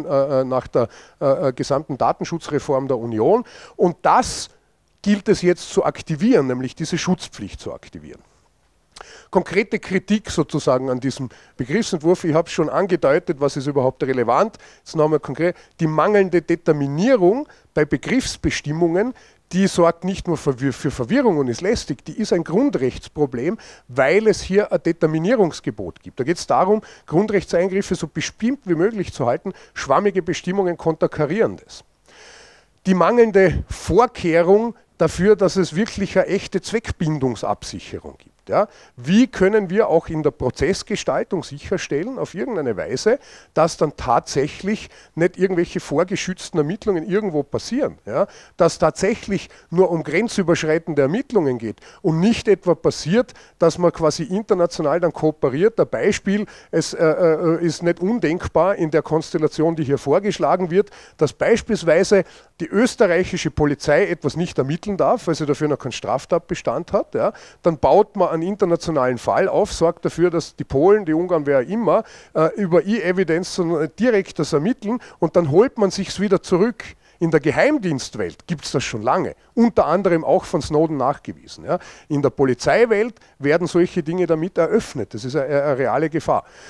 der gesamten Datenschutzreform der Union, und das gilt es jetzt zu aktivieren, nämlich diese Schutzpflicht zu aktivieren. Konkrete Kritik sozusagen an diesem Begriffsentwurf, ich habe es schon angedeutet, was ist überhaupt relevant, jetzt nochmal konkret, die mangelnde Determinierung bei Begriffsbestimmungen, die sorgt nicht nur für Verwirrung und ist lästig, die ist ein Grundrechtsproblem, weil es hier ein Determinierungsgebot gibt. Da geht es darum, Grundrechtseingriffe so bestimmt wie möglich zu halten, schwammige Bestimmungen konterkarieren das. Die mangelnde Vorkehrung dafür, dass es wirklich eine echte Zweckbindungsabsicherung gibt. Ja? Wie können wir auch in der Prozessgestaltung sicherstellen, auf irgendeine Weise, dass dann tatsächlich nicht irgendwelche vorgeschützten Ermittlungen irgendwo passieren, ja? Dass tatsächlich nur um grenzüberschreitende Ermittlungen geht und nicht etwa passiert, dass man quasi international dann kooperiert. Ein Beispiel, es ist nicht undenkbar in der Konstellation, die hier vorgeschlagen wird, dass beispielsweise die österreichische Polizei etwas nicht ermitteln darf, weil sie dafür noch keinen Straftatbestand hat. Ja? Dann baut man einen internationalen Fall auf, sorgt dafür, dass die Polen, die Ungarn, wer immer, über E-Evidence direkt das ermitteln, und dann holt man sich es wieder zurück. In der Geheimdienstwelt gibt es das schon lange, unter anderem auch von Snowden nachgewiesen. Ja. In der Polizeiwelt werden solche Dinge damit eröffnet. Das ist eine reale Gefahr.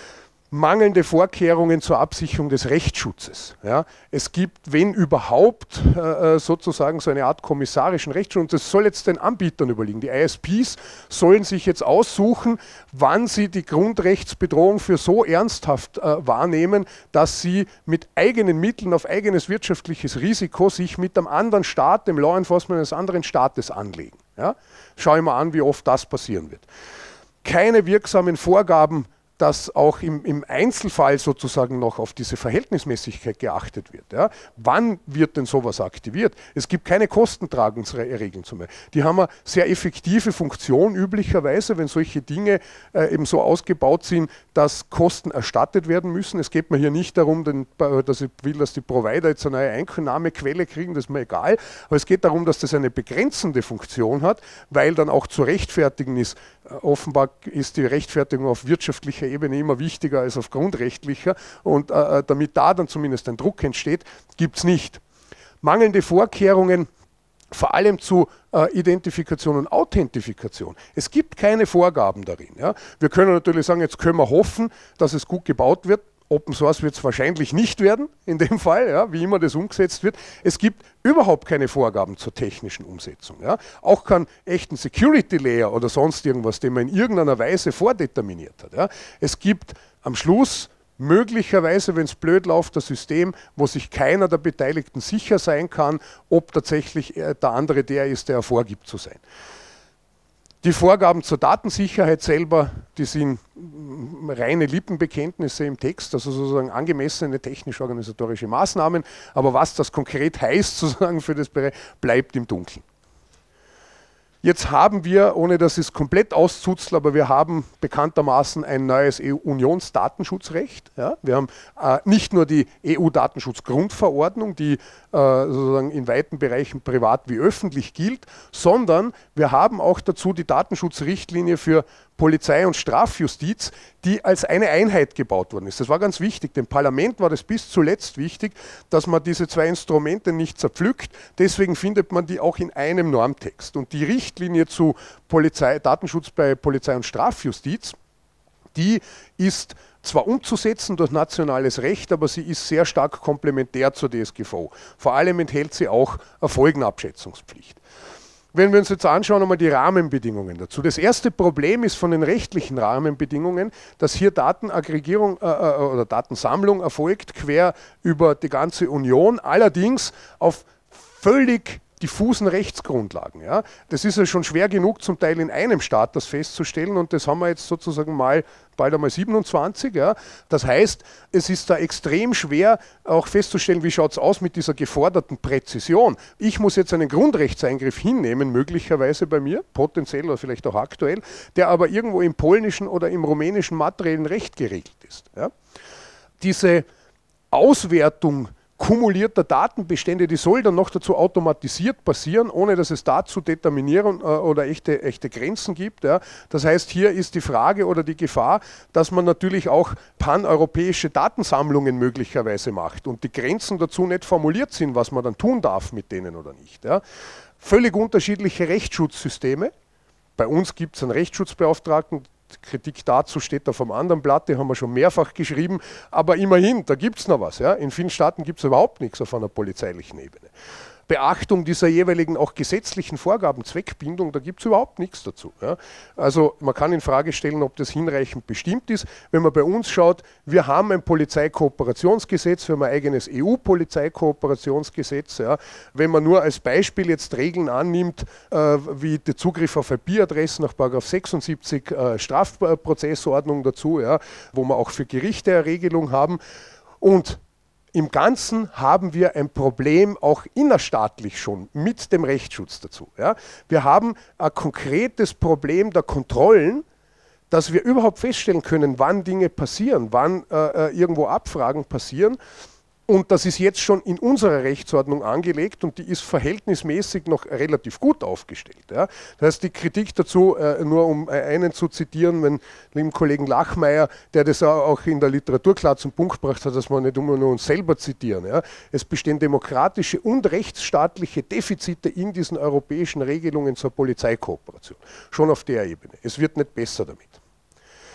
mangelnde Vorkehrungen zur Absicherung des Rechtsschutzes. Ja. Es gibt, wenn überhaupt, sozusagen so eine Art kommissarischen Rechtsschutz. Und das soll jetzt den Anbietern überliegen. Die ISPs sollen sich jetzt aussuchen, wann sie die Grundrechtsbedrohung für so ernsthaft wahrnehmen, dass sie mit eigenen Mitteln auf eigenes wirtschaftliches Risiko sich mit einem anderen Staat, dem Law Enforcement eines anderen Staates anlegen. Ja. Schau ich mal an, wie oft das passieren wird. Keine wirksamen Vorgaben, dass auch im Einzelfall sozusagen noch auf diese Verhältnismäßigkeit geachtet wird. Ja. Wann wird denn sowas aktiviert? Es gibt keine Kostentragungsregeln zum Beispiel. Die haben eine sehr effektive Funktion üblicherweise, wenn solche Dinge eben so ausgebaut sind, dass Kosten erstattet werden müssen. Es geht mir hier nicht darum, dass ich will, dass die Provider jetzt eine neue Einnahmequelle kriegen, das ist mir egal, aber es geht darum, dass das eine begrenzende Funktion hat, weil dann auch zu rechtfertigen ist. Offenbar ist die Rechtfertigung auf wirtschaftlicher Ebene immer wichtiger als auf grundrechtlicher und damit da dann zumindest ein Druck entsteht, gibt es nicht. Mangelnde Vorkehrungen, vor allem zu Identifikation und Authentifikation. Es gibt keine Vorgaben darin. Ja. Wir können natürlich sagen, jetzt können wir hoffen, dass es gut gebaut wird. Open Source wird es wahrscheinlich nicht werden, in dem Fall, ja, wie immer das umgesetzt wird. Es gibt überhaupt keine Vorgaben zur technischen Umsetzung. Ja. Auch keinen echten Security Layer oder sonst irgendwas, den man in irgendeiner Weise vordeterminiert hat. Ja. Es gibt am Schluss möglicherweise, wenn es blöd läuft, ein System, wo sich keiner der Beteiligten sicher sein kann, ob tatsächlich der andere der ist, der er vorgibt zu sein. Die Vorgaben zur Datensicherheit selber, die sind reine Lippenbekenntnisse im Text, also sozusagen angemessene technisch-organisatorische Maßnahmen, aber was das konkret heißt sozusagen für das Bereich, bleibt im Dunkeln. Jetzt haben wir, ohne dass ich es komplett auszuzel, aber wir haben bekanntermaßen ein neues EU-Unionsdatenschutzrecht. Ja? Wir haben nicht nur die EU-Datenschutzgrundverordnung, die sozusagen in weiten Bereichen privat wie öffentlich gilt, sondern wir haben auch dazu die Datenschutzrichtlinie für Polizei und Strafjustiz, die als eine Einheit gebaut worden ist. Das war ganz wichtig. Dem Parlament war das bis zuletzt wichtig, dass man diese zwei Instrumente nicht zerpflückt. Deswegen findet man die auch in einem Normtext. Und die Richtlinie zu Datenschutz bei Polizei und Strafjustiz, die ist zwar umzusetzen durch nationales Recht, aber sie ist sehr stark komplementär zur DSGVO. Vor allem enthält sie auch eine Folgenabschätzungspflicht. Wenn wir uns jetzt anschauen, einmal die Rahmenbedingungen dazu. Das erste Problem ist von den rechtlichen Rahmenbedingungen, dass hier Datenaggregierung oder Datensammlung erfolgt, quer über die ganze Union, allerdings auf völlig diffusen Rechtsgrundlagen. Ja. Das ist ja schon schwer genug, zum Teil in einem Staat das festzustellen und das haben wir jetzt sozusagen bald einmal 27. Ja. Das heißt, es ist da extrem schwer auch festzustellen, wie schaut es aus mit dieser geforderten Präzision. Ich muss jetzt einen Grundrechtseingriff hinnehmen, möglicherweise bei mir, potenziell oder vielleicht auch aktuell, der aber irgendwo im polnischen oder im rumänischen materiellen Recht geregelt ist. Ja. Diese Auswertung kumulierter Datenbestände, die soll dann noch dazu automatisiert passieren, ohne dass es dazu Determinierung oder echte Grenzen gibt. Ja. Das heißt, hier ist die Frage oder die Gefahr, dass man natürlich auch paneuropäische Datensammlungen möglicherweise macht und die Grenzen dazu nicht formuliert sind, was man dann tun darf mit denen oder nicht. Ja. Völlig unterschiedliche Rechtsschutzsysteme. Bei uns gibt es einen Rechtsschutzbeauftragten, Kritik dazu steht auf einem anderen Blatt, die haben wir schon mehrfach geschrieben, aber immerhin, da gibt es noch was. Ja. In vielen Staaten gibt es überhaupt nichts auf einer polizeilichen Ebene. Beachtung dieser jeweiligen auch gesetzlichen Vorgaben, Zweckbindung, da gibt es überhaupt nichts dazu. Ja. Also man kann in Frage stellen, ob das hinreichend bestimmt ist. Wenn man bei uns schaut, wir haben ein Polizeikooperationsgesetz, wir haben ein eigenes EU-Polizeikooperationsgesetz. Ja. Wenn man nur als Beispiel jetzt Regeln annimmt, wie der Zugriff auf IP-Adressen nach § 76 Strafprozessordnung dazu, ja, wo wir auch für Gerichte eine Regelung haben. Und im Ganzen haben wir ein Problem auch innerstaatlich schon mit dem Rechtsschutz dazu. Ja. Wir haben ein konkretes Problem der Kontrollen, dass wir überhaupt feststellen können, wann Dinge passieren, wann irgendwo Abfragen passieren. Und das ist jetzt schon in unserer Rechtsordnung angelegt und die ist verhältnismäßig noch relativ gut aufgestellt. Ja. Das heißt, die Kritik dazu, nur um einen zu zitieren, meinen lieben Kollegen Lachmeier, der das auch in der Literatur klar zum Punkt gebracht hat, dass wir nicht immer nur uns selber zitieren. Ja. Es bestehen demokratische und rechtsstaatliche Defizite in diesen europäischen Regelungen zur Polizeikooperation. Schon auf der Ebene. Es wird nicht besser damit.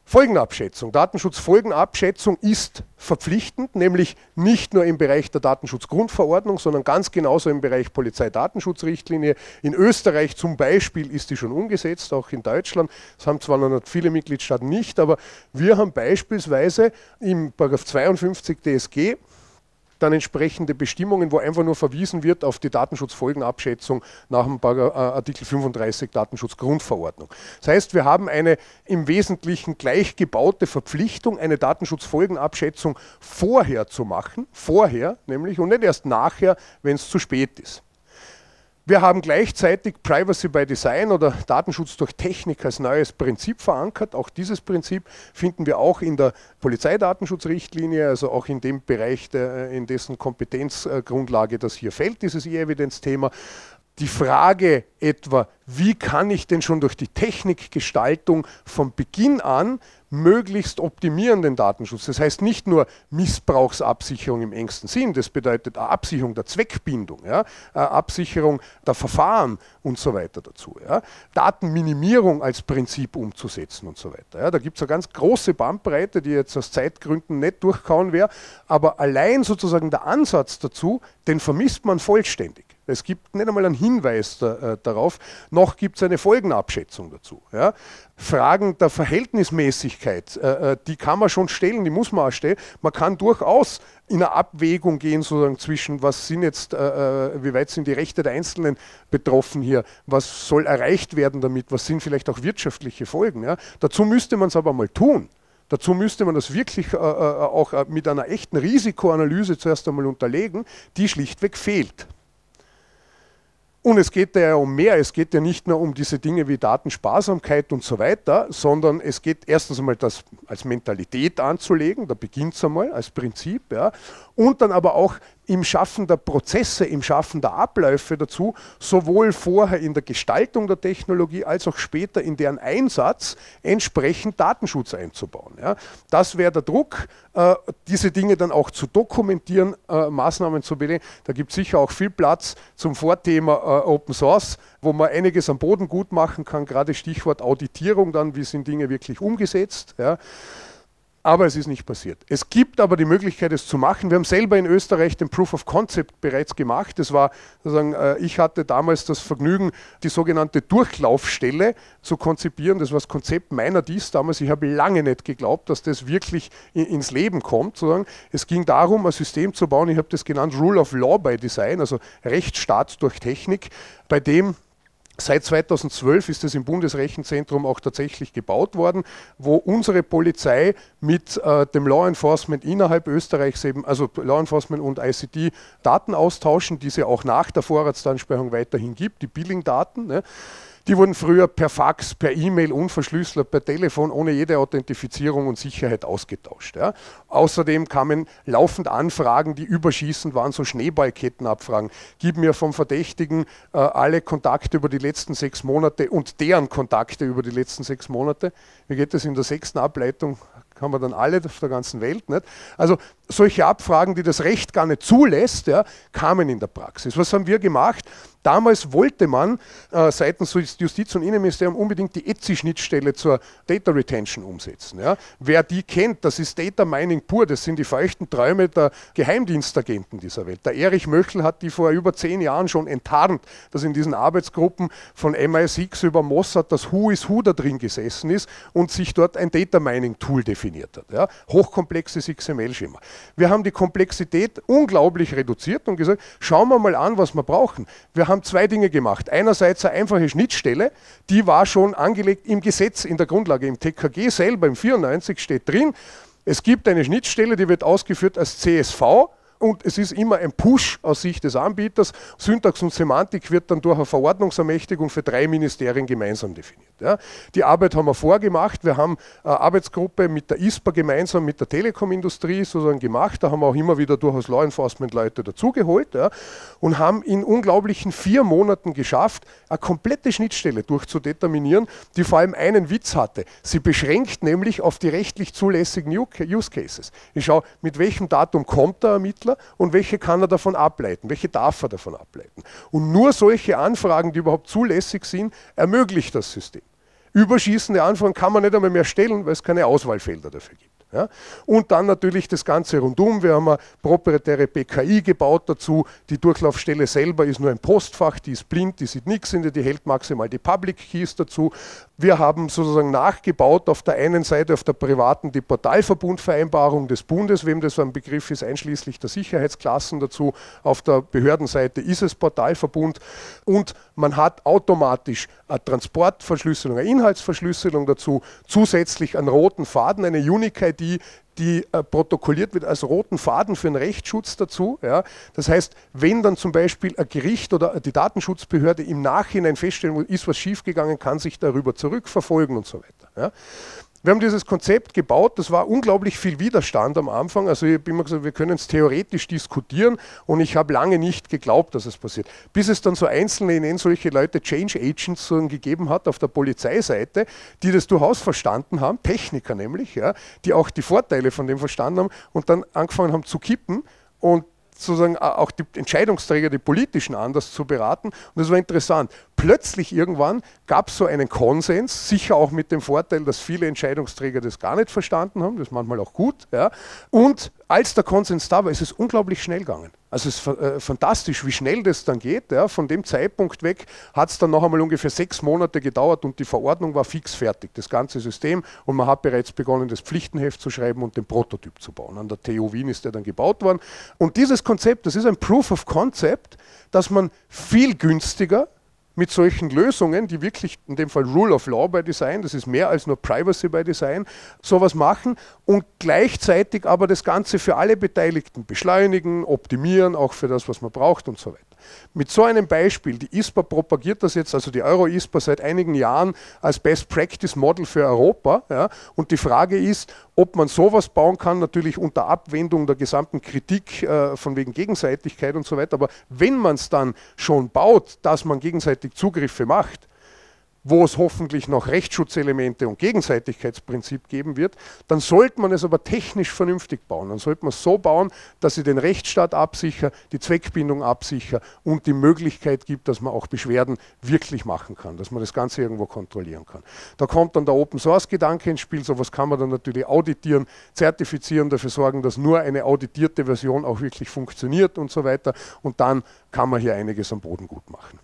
Folgenabschätzung. Datenschutzfolgenabschätzung ist verpflichtend, nämlich nicht nur im Bereich der Datenschutzgrundverordnung, sondern ganz genauso im Bereich Polizeidatenschutzrichtlinie. In Österreich zum Beispiel ist die schon umgesetzt, auch in Deutschland. Das haben zwar noch nicht viele Mitgliedstaaten nicht, aber wir haben beispielsweise im § 52 DSG dann entsprechende Bestimmungen, wo einfach nur verwiesen wird auf die Datenschutzfolgenabschätzung nach dem Artikel 35 Datenschutzgrundverordnung. Das heißt, wir haben eine im Wesentlichen gleich gebaute Verpflichtung, eine Datenschutzfolgenabschätzung vorher zu machen, vorher nämlich und nicht erst nachher, wenn es zu spät ist. Wir haben gleichzeitig Privacy by Design oder Datenschutz durch Technik als neues Prinzip verankert. Auch dieses Prinzip finden wir auch in der Polizeidatenschutzrichtlinie, also auch in dem Bereich, in dessen Kompetenzgrundlage das hier fällt, dieses E-Evidence-Thema. Die Frage etwa, wie kann ich denn schon durch die Technikgestaltung von Beginn an möglichst optimieren den Datenschutz. Das heißt nicht nur Missbrauchsabsicherung im engsten Sinn, das bedeutet Absicherung der Zweckbindung, ja, Absicherung der Verfahren und so weiter dazu. Ja. Datenminimierung als Prinzip umzusetzen und so weiter. Ja. Da gibt es eine ganz große Bandbreite, die jetzt aus Zeitgründen nicht durchkauen wäre, aber allein sozusagen der Ansatz dazu, den vermisst man vollständig. Es gibt nicht einmal einen Hinweis darauf, noch gibt es eine Folgenabschätzung dazu. Ja. Fragen der Verhältnismäßigkeit, die kann man schon stellen, die muss man auch stellen. Man kann durchaus in eine Abwägung gehen sozusagen zwischen, was sind jetzt, wie weit sind die Rechte der Einzelnen betroffen hier, was soll erreicht werden damit, was sind vielleicht auch wirtschaftliche Folgen. Ja. Dazu müsste man es aber mal tun. Dazu müsste man das wirklich auch mit einer echten Risikoanalyse zuerst einmal unterlegen, die schlichtweg fehlt. Und es geht ja um mehr, es geht ja nicht nur um diese Dinge wie Datensparsamkeit und so weiter, sondern es geht erstens einmal das als Mentalität anzulegen, da beginnt es einmal als Prinzip, ja, und dann aber auch im Schaffen der Prozesse, im Schaffen der Abläufe dazu, sowohl vorher in der Gestaltung der Technologie als auch später in deren Einsatz entsprechend Datenschutz einzubauen. Ja. Das wäre der Druck, diese Dinge dann auch zu dokumentieren, Maßnahmen zu belegen. Da gibt es sicher auch viel Platz zum Vorthema Open Source, wo man einiges am Boden gut machen kann, gerade Stichwort Auditierung dann, wie sind Dinge wirklich umgesetzt. Ja. Aber es ist nicht passiert. Es gibt aber die Möglichkeit, es zu machen. Wir haben selber in Österreich den Proof of Concept bereits gemacht. Das war sozusagen, ich hatte damals das Vergnügen, die sogenannte Durchlaufstelle zu konzipieren. Das war das Konzept meiner DIS damals. Ich habe lange nicht geglaubt, dass das wirklich ins Leben kommt. Sozusagen. Es ging darum, ein System zu bauen. Ich habe das genannt Rule of Law by Design, also Rechtsstaat durch Technik, bei dem seit 2012 ist es im Bundesrechenzentrum auch tatsächlich gebaut worden, wo unsere Polizei mit dem Law Enforcement innerhalb Österreichs eben, also Law Enforcement und ICT Daten austauschen, die es ja auch nach der Vorratsansperrung weiterhin gibt, die Billing-Daten. Ne? Die wurden früher per Fax, per E-Mail, unverschlüsselt, per Telefon, ohne jede Authentifizierung und Sicherheit ausgetauscht. Ja. Außerdem kamen laufend Anfragen, die überschießend waren, so Schneeballkettenabfragen. Gib mir vom Verdächtigen alle Kontakte über die letzten 6 Monate und deren Kontakte über die letzten 6 Monate. Wie geht das in der 6. Ableitung? Haben wir dann alle auf der ganzen Welt. Nicht? Also solche Abfragen, die das Recht gar nicht zulässt, ja, kamen in der Praxis. Was haben wir gemacht? Damals wollte man seitens des Justiz- und Innenministerium unbedingt die ETSI-Schnittstelle zur Data Retention umsetzen. Ja. Wer die kennt, das ist Data Mining pur, das sind die feuchten Träume der Geheimdienstagenten dieser Welt. Der Erich Möchel hat die vor über 10 Jahren schon enttarnt, dass in diesen Arbeitsgruppen von MI6 über Mossad das Who is Who da drin gesessen ist und sich dort ein Data Mining Tool definiert hat. Ja. Hochkomplexes XML-Schema. Wir haben die Komplexität unglaublich reduziert und gesagt, schauen wir mal an, was wir brauchen. Wir haben 2 Dinge gemacht. Einerseits eine einfache Schnittstelle, die war schon angelegt im Gesetz, in der Grundlage, im TKG selber, im 94 steht drin, es gibt eine Schnittstelle, die wird ausgeführt als CSV und es ist immer ein Push aus Sicht des Anbieters. Syntax und Semantik wird dann durch eine Verordnungsermächtigung für 3 Ministerien gemeinsam definiert. Ja. Die Arbeit haben wir vorgemacht. Wir haben eine Arbeitsgruppe mit der ISPA gemeinsam mit der Telekom-Industrie sozusagen gemacht. Da haben wir auch immer wieder durchaus Law Enforcement-Leute dazugeholt, ja, und haben in unglaublichen 4 Monaten geschafft, eine komplette Schnittstelle durchzudeterminieren, die vor allem einen Witz hatte. Sie beschränkt nämlich auf die rechtlich zulässigen Use Cases. Ich schaue, mit welchem Datum kommt der Ermittler und welche kann er davon ableiten, welche darf er davon ableiten. Und nur solche Anfragen, die überhaupt zulässig sind, ermöglicht das System. überschießende Anfragen kann man nicht einmal mehr stellen, weil es keine Auswahlfelder dafür gibt. Ja. Und dann natürlich das Ganze rundum. Wir haben eine proprietäre PKI gebaut dazu. Die Durchlaufstelle selber ist nur ein Postfach, die ist blind, die sieht nichts in, die hält maximal die Public Keys dazu. Wir haben sozusagen nachgebaut auf der einen Seite, auf der privaten, die Portalverbundvereinbarung des Bundes, wem das ein Begriff ist, einschließlich der Sicherheitsklassen dazu. Auf der Behördenseite ist es Portalverbund und man hat automatisch eine Transportverschlüsselung, eine Inhaltsverschlüsselung dazu, zusätzlich einen roten Faden, eine Unique-ID, die protokolliert wird als roten Faden für den Rechtsschutz dazu. Ja. Das heißt, wenn dann zum Beispiel ein Gericht oder die Datenschutzbehörde im Nachhinein feststellen, ist was schiefgegangen, kann sich darüber zurückverfolgen und so weiter. Ja. Wir haben dieses Konzept gebaut, das war unglaublich viel Widerstand am Anfang. Also ich habe immer gesagt, wir können es theoretisch diskutieren und ich habe lange nicht geglaubt, dass es passiert. Bis es dann so einzelne, ich nenne solche Leute Change Agents gegeben hat auf der Polizeiseite, die das durchaus verstanden haben, Techniker nämlich, ja, die auch die Vorteile von dem verstanden haben und dann angefangen haben zu kippen und sozusagen auch die Entscheidungsträger, die politischen, anders zu beraten. Und das war interessant. Plötzlich irgendwann gab es so einen Konsens, sicher auch mit dem Vorteil, dass viele Entscheidungsträger das gar nicht verstanden haben, das ist manchmal auch gut. Ja. Und als der Konsens da war, ist es unglaublich schnell gegangen. Also es ist fantastisch, wie schnell das dann geht. Ja. Von dem Zeitpunkt weg hat es dann noch einmal ungefähr 6 Monate gedauert und die Verordnung war fix fertig, das ganze System. Und man hat bereits begonnen, das Pflichtenheft zu schreiben und den Prototyp zu bauen. An der TU Wien ist der dann gebaut worden. Und dieses Konzept, das ist ein Proof of Concept, dass man viel günstiger mit solchen Lösungen, die wirklich in dem Fall Rule of Law by Design, das ist mehr als nur Privacy by Design, sowas machen und gleichzeitig aber das Ganze für alle Beteiligten beschleunigen, optimieren, auch für das, was man braucht und so weiter. Mit so einem Beispiel, die ISPA propagiert das jetzt, also die Euro-ISPA seit einigen Jahren als Best Practice Model für Europa. Ja, und die Frage ist, ob man sowas bauen kann, natürlich unter Abwendung der gesamten Kritik von wegen Gegenseitigkeit und so weiter. Aber wenn man es dann schon baut, dass man gegenseitig Zugriffe macht, wo es hoffentlich noch Rechtsschutzelemente und Gegenseitigkeitsprinzip geben wird, dann sollte man es aber technisch vernünftig bauen. Dann sollte man es so bauen, dass ich den Rechtsstaat absichere, die Zweckbindung absichere und die Möglichkeit gibt, dass man auch Beschwerden wirklich machen kann, dass man das Ganze irgendwo kontrollieren kann. Da kommt dann der Open-Source-Gedanke ins Spiel, sowas kann man dann natürlich auditieren, zertifizieren, dafür sorgen, dass nur eine auditierte Version auch wirklich funktioniert und so weiter und dann kann man hier einiges am Boden gut machen.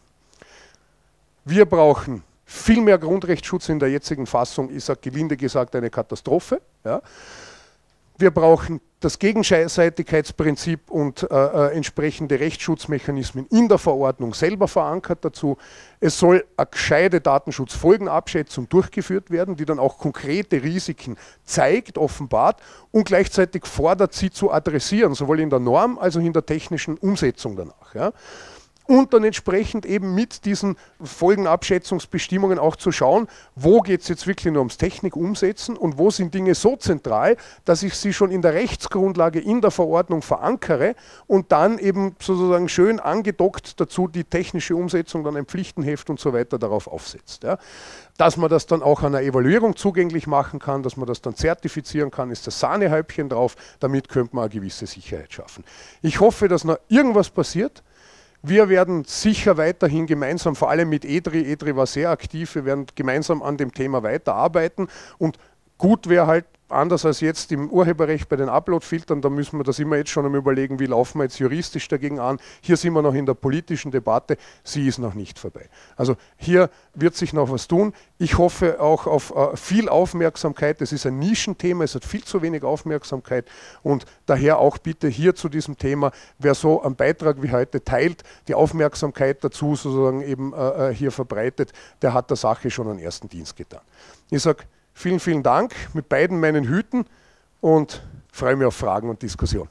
Wir brauchen viel mehr Grundrechtsschutz in der jetzigen Fassung ist, gelinde gesagt, eine Katastrophe. Ja. Wir brauchen das Gegenseitigkeitsprinzip und entsprechende Rechtsschutzmechanismen in der Verordnung selber verankert dazu. Es soll eine gescheite Datenschutzfolgenabschätzung durchgeführt werden, die dann auch konkrete Risiken zeigt, offenbart und gleichzeitig fordert, sie zu adressieren, sowohl in der Norm als auch in der technischen Umsetzung danach. Ja. Und dann entsprechend eben mit diesen Folgenabschätzungsbestimmungen auch zu schauen, wo geht es jetzt wirklich nur ums Technik umsetzen und wo sind Dinge so zentral, dass ich sie schon in der Rechtsgrundlage in der Verordnung verankere und dann eben sozusagen schön angedockt dazu die technische Umsetzung, dann ein Pflichtenheft und so weiter darauf aufsetzt. Ja. Dass man das dann auch an einer Evaluierung zugänglich machen kann, dass man das dann zertifizieren kann, ist das Sahnehäubchen drauf, damit könnte man eine gewisse Sicherheit schaffen. Ich hoffe, dass noch irgendwas passiert. Wir werden sicher weiterhin gemeinsam, vor allem mit EDRI war sehr aktiv, wir werden gemeinsam an dem Thema weiterarbeiten und gut wäre halt, anders als jetzt im Urheberrecht bei den Upload-Filtern, da müssen wir das immer jetzt schon am Überlegen, wie laufen wir jetzt juristisch dagegen an. Hier sind wir noch in der politischen Debatte, sie ist noch nicht vorbei. Also hier wird sich noch was tun. Ich hoffe auch auf viel Aufmerksamkeit. Es ist ein Nischenthema, es hat viel zu wenig Aufmerksamkeit und daher auch bitte hier zu diesem Thema, wer so einen Beitrag wie heute teilt, die Aufmerksamkeit dazu sozusagen eben hier verbreitet, der hat der Sache schon einen ersten Dienst getan. Ich sage, vielen, vielen Dank mit beiden meinen Hüten und freue mich auf Fragen und Diskussion.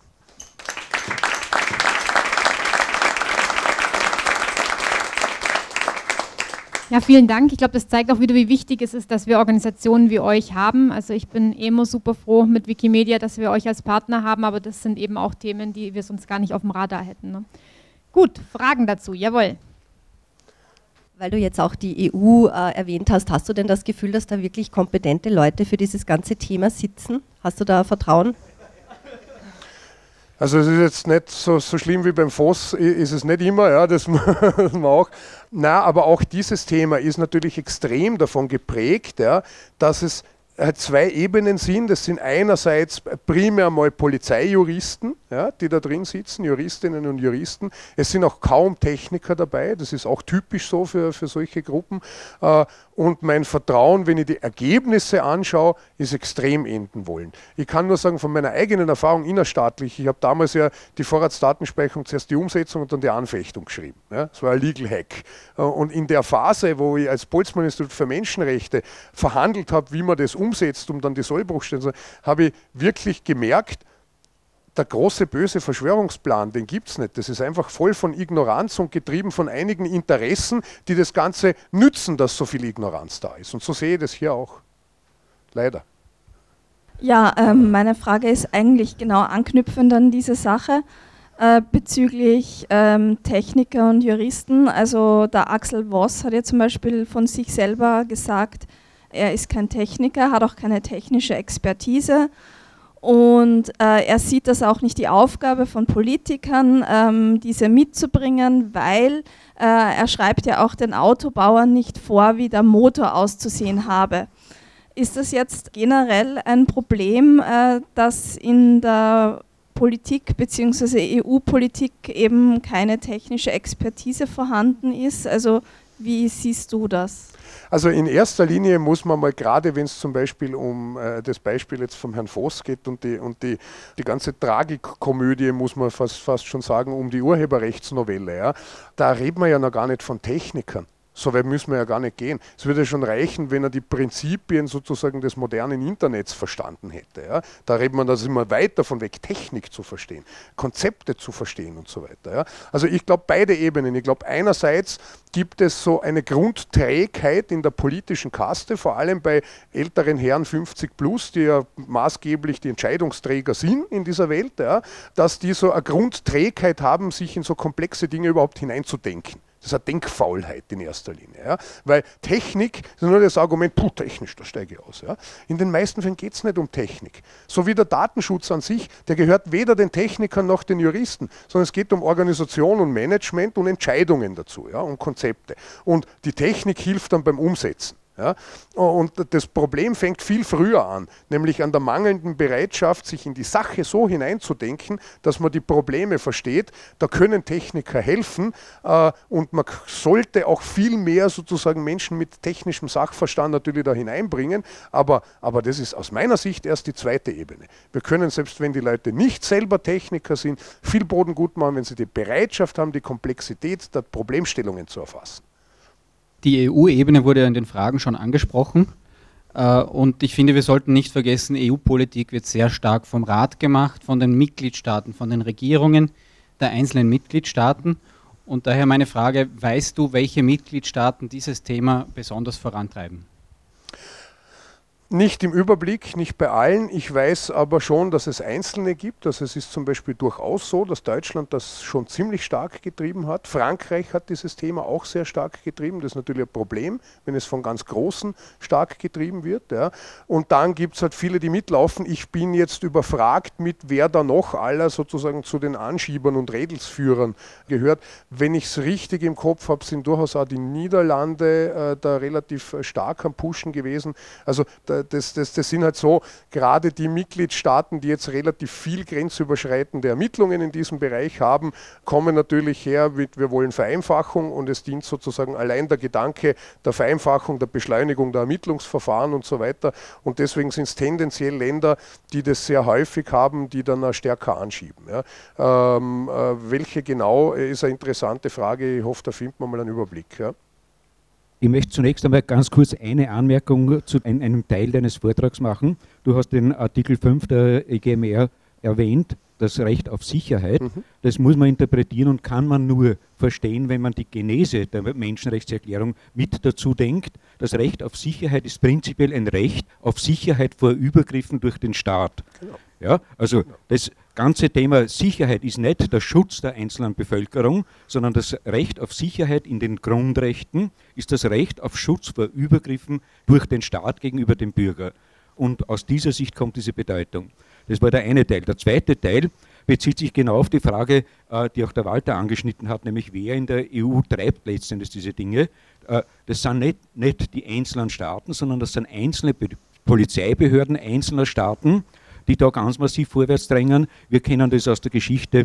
Ja, vielen Dank. Ich glaube, das zeigt auch wieder, wie wichtig es ist, dass wir Organisationen wie euch haben. Also ich bin immer super froh mit Wikimedia, dass wir euch als Partner haben, aber das sind eben auch Themen, die wir sonst gar nicht auf dem Radar hätten. Ne? Gut, Fragen dazu, jawohl. Weil du jetzt auch die EU erwähnt hast, hast du denn das Gefühl, dass da wirklich kompetente Leute für dieses ganze Thema sitzen? Hast du da Vertrauen? Also es ist jetzt nicht so schlimm wie beim Voss, ist es nicht immer, ja, das man auch. Na, aber auch dieses Thema ist natürlich extrem davon geprägt, ja, dass es zwei Ebenen sind. Das sind einerseits primär mal Polizeijuristen, ja, die da drin sitzen, Juristinnen und Juristen. Es sind auch kaum Techniker dabei, das ist auch typisch so für solche Gruppen. Und mein Vertrauen, wenn ich die Ergebnisse anschaue, ist extrem enden wollen. Ich kann nur sagen, von meiner eigenen Erfahrung innerstaatlich, ich habe damals ja die Vorratsdatenspeicherung, zuerst die Umsetzung und dann die Anfechtung geschrieben. Ja, das war ein Legal Hack. Und in der Phase, wo ich als Boltzmann-Institut für Menschenrechte verhandelt habe, wie man das umsetzt, um dann die Sollbruchstellen zu, habe ich wirklich gemerkt, der große böse Verschwörungsplan, den gibt es nicht. Das ist einfach voll von Ignoranz und getrieben von einigen Interessen, die das Ganze nützen, dass so viel Ignoranz da ist. Und so sehe ich das hier auch. Leider. Ja, meine Frage ist eigentlich genau anknüpfend an diese Sache bezüglich Techniker und Juristen. Also der Axel Voss hat ja zum Beispiel von sich selber gesagt, er ist kein Techniker, hat auch keine technische Expertise. Und er sieht das auch nicht die Aufgabe von Politikern, diese mitzubringen, weil er schreibt ja auch den Autobauern nicht vor, wie der Motor auszusehen habe. Ist das jetzt generell ein Problem, dass in der Politik bzw. EU-Politik eben keine technische Expertise vorhanden ist? Also wie siehst du das? Also in erster Linie muss man mal, gerade wenn es zum Beispiel um das Beispiel jetzt vom Herrn Voss geht und die ganze Tragikkomödie, muss man fast schon sagen, um die Urheberrechtsnovelle, ja, da reden wir ja noch gar nicht von Technikern. So weit müssen wir ja gar nicht gehen. Es würde schon reichen, wenn er die Prinzipien sozusagen des modernen Internets verstanden hätte. Ja. Da redet man, das immer weit davon weg, Technik zu verstehen, Konzepte zu verstehen und so weiter. Ja. Also ich glaube beide Ebenen. Ich glaube einerseits gibt es so eine Grundträgheit in der politischen Kaste, vor allem bei älteren Herren 50 plus, die ja maßgeblich die Entscheidungsträger sind in dieser Welt, ja, dass die so eine Grundträgheit haben, sich in so komplexe Dinge überhaupt hineinzudenken. Das ist eine Denkfaulheit in erster Linie. Ja? Weil Technik ist nur das Argument, technisch, da steige ich aus. Ja? In den meisten Fällen geht es nicht um Technik. So wie der Datenschutz an sich, der gehört weder den Technikern noch den Juristen, sondern es geht um Organisation und Management und Entscheidungen dazu, ja? Und Konzepte. Und die Technik hilft dann beim Umsetzen. Ja, und das Problem fängt viel früher an, nämlich an der mangelnden Bereitschaft, sich in die Sache so hineinzudenken, dass man die Probleme versteht. Da können Techniker helfen und man sollte auch viel mehr sozusagen Menschen mit technischem Sachverstand natürlich da hineinbringen, aber das ist aus meiner Sicht erst die zweite Ebene. Wir können, selbst wenn die Leute nicht selber Techniker sind, viel Boden gut machen, wenn sie die Bereitschaft haben, die Komplexität der Problemstellungen zu erfassen. Die EU-Ebene wurde ja in den Fragen schon angesprochen und ich finde, wir sollten nicht vergessen, EU-Politik wird sehr stark vom Rat gemacht, von den Mitgliedstaaten, von den Regierungen der einzelnen Mitgliedstaaten und daher meine Frage, weißt du, welche Mitgliedstaaten dieses Thema besonders vorantreiben? Nicht im Überblick, nicht bei allen. Ich weiß aber schon, dass es Einzelne gibt. Also es ist zum Beispiel durchaus so, dass Deutschland das schon ziemlich stark getrieben hat. Frankreich hat dieses Thema auch sehr stark getrieben. Das ist natürlich ein Problem, wenn es von ganz Großen stark getrieben wird. Ja. Und dann gibt es halt viele, die mitlaufen. Ich bin jetzt überfragt mit, wer da noch aller sozusagen zu den Anschiebern und Rädelsführern gehört. Wenn ich es richtig im Kopf habe, sind durchaus auch die Niederlande da relativ stark am Pushen gewesen. Also das sind halt so, gerade die Mitgliedstaaten, die jetzt relativ viel grenzüberschreitende Ermittlungen in diesem Bereich haben, kommen natürlich her mit, wir wollen Vereinfachung und es dient sozusagen allein der Gedanke der Vereinfachung, der Beschleunigung der Ermittlungsverfahren und so weiter. Und deswegen sind es tendenziell Länder, die das sehr häufig haben, die dann auch stärker anschieben. Ja. Welche genau, ist eine interessante Frage. Ich hoffe, da findet man mal einen Überblick. Ja. Ich möchte zunächst einmal ganz kurz eine Anmerkung zu einem Teil deines Vortrags machen. Du hast den Artikel 5 der EGMR erwähnt, das Recht auf Sicherheit. Das muss man interpretieren und kann man nur verstehen, wenn man die Genese der Menschenrechtserklärung mit dazu denkt. Das Recht auf Sicherheit ist prinzipiell ein Recht auf Sicherheit vor Übergriffen durch den Staat. Genau. Ja, also das ganze Thema Sicherheit ist nicht der Schutz der einzelnen Bevölkerung, sondern das Recht auf Sicherheit in den Grundrechten ist das Recht auf Schutz vor Übergriffen durch den Staat gegenüber dem Bürger. Und aus dieser Sicht kommt diese Bedeutung. Das war der eine Teil. Der zweite Teil, bezieht sich genau auf die Frage, die auch der Walter angeschnitten hat, nämlich wer in der EU treibt letztendlich diese Dinge. Das sind nicht die einzelnen Staaten, sondern das sind einzelne Polizeibehörden einzelner Staaten, die da ganz massiv vorwärts drängen. Wir kennen das aus der Geschichte.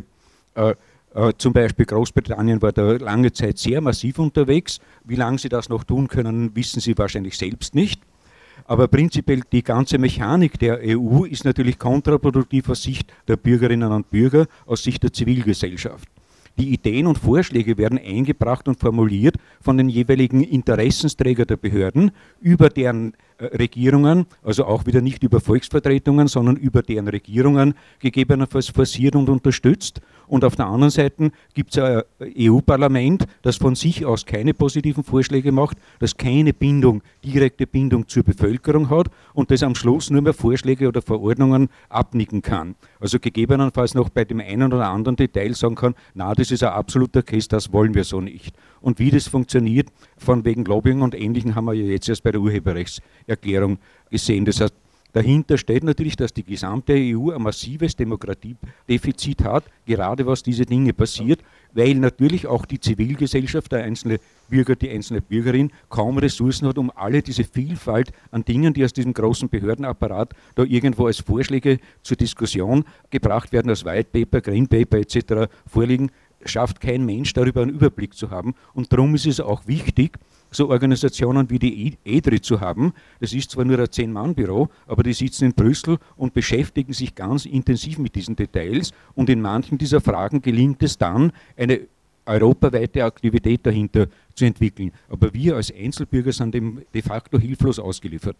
Zum Beispiel Großbritannien war da lange Zeit sehr massiv unterwegs. Wie lange sie das noch tun können, wissen sie wahrscheinlich selbst nicht. Aber prinzipiell die ganze Mechanik der EU ist natürlich kontraproduktiv aus Sicht der Bürgerinnen und Bürger, aus Sicht der Zivilgesellschaft. Die Ideen und Vorschläge werden eingebracht und formuliert von den jeweiligen Interessensträgern der Behörden über deren Regierungen, also auch wieder nicht über Volksvertretungen, sondern über deren Regierungen gegebenenfalls forciert und unterstützt. Und auf der anderen Seite gibt es ein EU-Parlament, das von sich aus keine positiven Vorschläge macht, das keine direkte Bindung zur Bevölkerung hat und das am Schluss nur mehr Vorschläge oder Verordnungen abnicken kann. Also gegebenenfalls noch bei dem einen oder anderen Detail sagen kann, na, das ist ein absoluter Case, das wollen wir so nicht. Und wie das funktioniert, von wegen Lobbying und Ähnlichem, haben wir ja jetzt erst bei der Urheberrechtserklärung gesehen. Das heißt, dahinter steht natürlich, dass die gesamte EU ein massives Demokratiedefizit hat, gerade was diese Dinge passiert, weil natürlich auch die Zivilgesellschaft, der einzelne Bürger, die einzelne Bürgerin kaum Ressourcen hat, um alle diese Vielfalt an Dingen, die aus diesem großen Behördenapparat da irgendwo als Vorschläge zur Diskussion gebracht werden, als White Paper, Green Paper etc. vorliegen, schafft kein Mensch darüber einen Überblick zu haben. Und darum ist es auch wichtig, so Organisationen wie die EDRI zu haben. Das ist zwar nur ein 10-Mann-Büro, aber die sitzen in Brüssel und beschäftigen sich ganz intensiv mit diesen Details und in manchen dieser Fragen gelingt es dann, eine europaweite Aktivität dahinter zu entwickeln. Aber wir als Einzelbürger sind dem de facto hilflos ausgeliefert.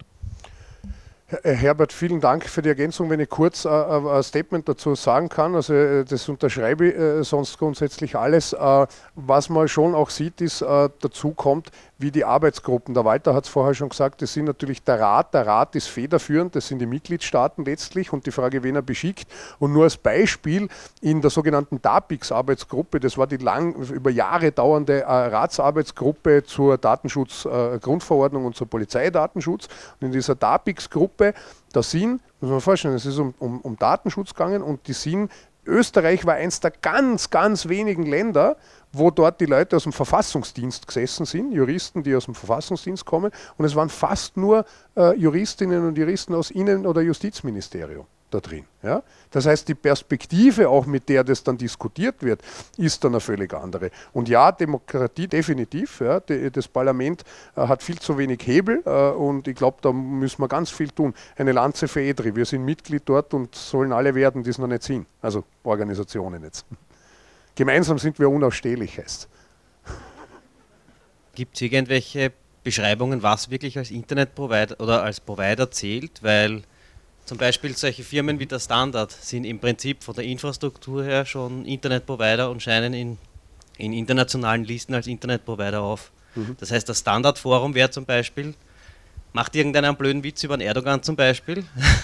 Herr Herbert, vielen Dank für die Ergänzung. Wenn ich kurz ein Statement dazu sagen kann, also das unterschreibe ich sonst grundsätzlich alles. Was man schon auch sieht, ist, dazu kommt, wie die Arbeitsgruppen. Der Walter hat es vorher schon gesagt, das sind natürlich der Rat ist federführend, das sind die Mitgliedstaaten letztlich und die Frage, wen er beschickt. Und nur als Beispiel in der sogenannten DAPIX-Arbeitsgruppe, das war die über Jahre dauernde Ratsarbeitsgruppe zur Datenschutzgrundverordnung und zur Polizeidatenschutz. Und in dieser DAPIX-Gruppe, da sind, muss man vorstellen, es ist um Datenschutz gegangen und Österreich war eins der ganz, ganz wenigen Länder, wo dort die Leute aus dem Verfassungsdienst gesessen sind, Juristen, die aus dem Verfassungsdienst kommen, und es waren fast nur Juristinnen und Juristen aus Innen- oder Justizministerium da drin. Ja? Das heißt, die Perspektive, auch mit der das dann diskutiert wird, ist dann eine völlig andere. Und ja, Demokratie definitiv. Ja? Das Parlament hat viel zu wenig Hebel und ich glaube, da müssen wir ganz viel tun. Eine Lanze für EDRI. Wir sind Mitglied dort und sollen alle werden, die es noch nicht sind. Also Organisationen jetzt. Gemeinsam sind wir unausstehlich, heißt. Gibt es irgendwelche Beschreibungen, was wirklich als Internetprovider oder als Provider zählt? Weil zum Beispiel solche Firmen wie der Standard sind im Prinzip von der Infrastruktur her schon Internetprovider und scheinen in internationalen Listen als Internetprovider auf. Das heißt, das Standardforum wäre zum Beispiel, macht irgendeiner einen blöden Witz über den Erdogan zum Beispiel?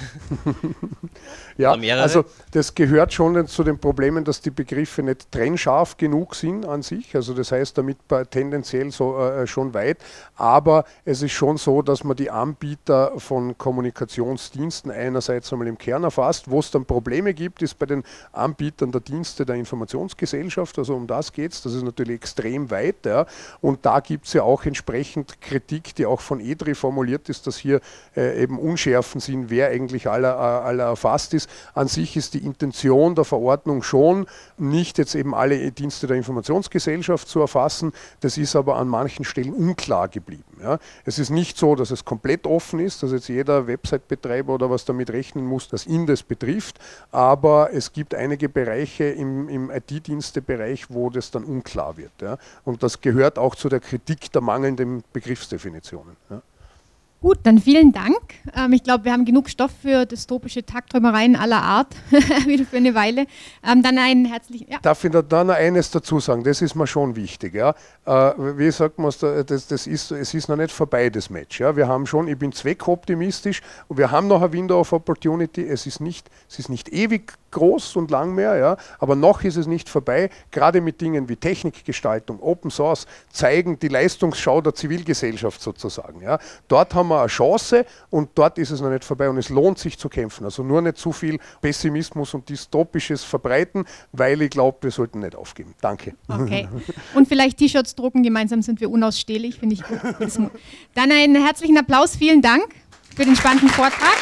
Ja, also das gehört schon zu den Problemen, dass die Begriffe nicht trennscharf genug sind an sich. Also das heißt damit tendenziell so schon weit. Aber es ist schon so, dass man die Anbieter von Kommunikationsdiensten einerseits einmal im Kern erfasst. Wo es dann Probleme gibt, ist bei den Anbietern der Dienste der Informationsgesellschaft. Also um das geht es. Das ist natürlich extrem weit. Ja. Und da gibt es ja auch entsprechend Kritik, die auch von EDRI formuliert ist, dass hier eben Unschärfen sind, wer eigentlich aller erfasst ist. An sich ist die Intention der Verordnung schon, nicht jetzt eben alle Dienste der Informationsgesellschaft zu erfassen. Das ist aber an manchen Stellen unklar geblieben. Ja. Es ist nicht so, dass es komplett offen ist, dass jetzt jeder Website-Betreiber oder was damit rechnen muss, dass ihn das betrifft. Aber es gibt einige Bereiche im IT-Dienste-Bereich, wo das dann unklar wird. Ja. Und das gehört auch zu der Kritik der mangelnden Begriffsdefinitionen. Ja. Gut, dann vielen Dank. Ich glaube, wir haben genug Stoff für dystopische Tagträumereien aller Art, wieder für eine Weile. Dann einen herzlichen... Ja. Darf ich da noch eines dazu sagen? Das ist mir schon wichtig. Ja. Wie sagt man, es ist noch nicht vorbei, das Match. Ja. Wir haben schon, ich bin zweckoptimistisch und wir haben noch ein Window of Opportunity. Es ist nicht ewig groß und lang mehr, ja, aber noch ist es nicht vorbei. Gerade mit Dingen wie Technikgestaltung, Open Source zeigen die Leistungsschau der Zivilgesellschaft sozusagen. Ja. Dort haben wir wir eine Chance und dort ist es noch nicht vorbei und es lohnt sich zu kämpfen. Also nur nicht zu viel Pessimismus und Dystopisches verbreiten, weil ich glaube, wir sollten nicht aufgeben. Danke. Okay. Und vielleicht T-Shirts drucken, gemeinsam sind wir unausstehlich, finde ich gut. Dann einen herzlichen Applaus, vielen Dank für den spannenden Vortrag.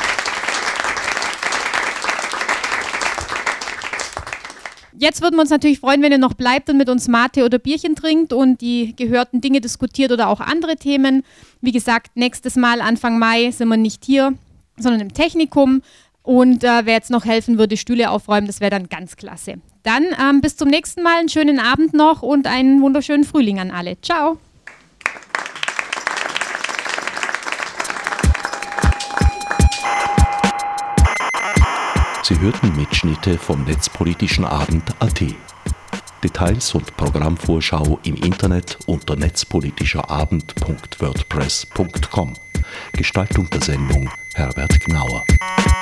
Jetzt würden wir uns natürlich freuen, wenn ihr noch bleibt und mit uns Mate oder Bierchen trinkt und die gehörten Dinge diskutiert oder auch andere Themen. Wie gesagt, nächstes Mal, Anfang Mai, sind wir nicht hier, sondern im Technikum. Und wer jetzt noch helfen würde, Stühle aufräumen, das wäre dann ganz klasse. Dann bis zum nächsten Mal, einen schönen Abend noch und einen wunderschönen Frühling an alle. Ciao! Sie hörten Mitschnitte vom Netzpolitischen Abend AT. Details und Programmvorschau im Internet unter netzpolitischerabend.wordpress.com. Gestaltung der Sendung Herbert Gnauer.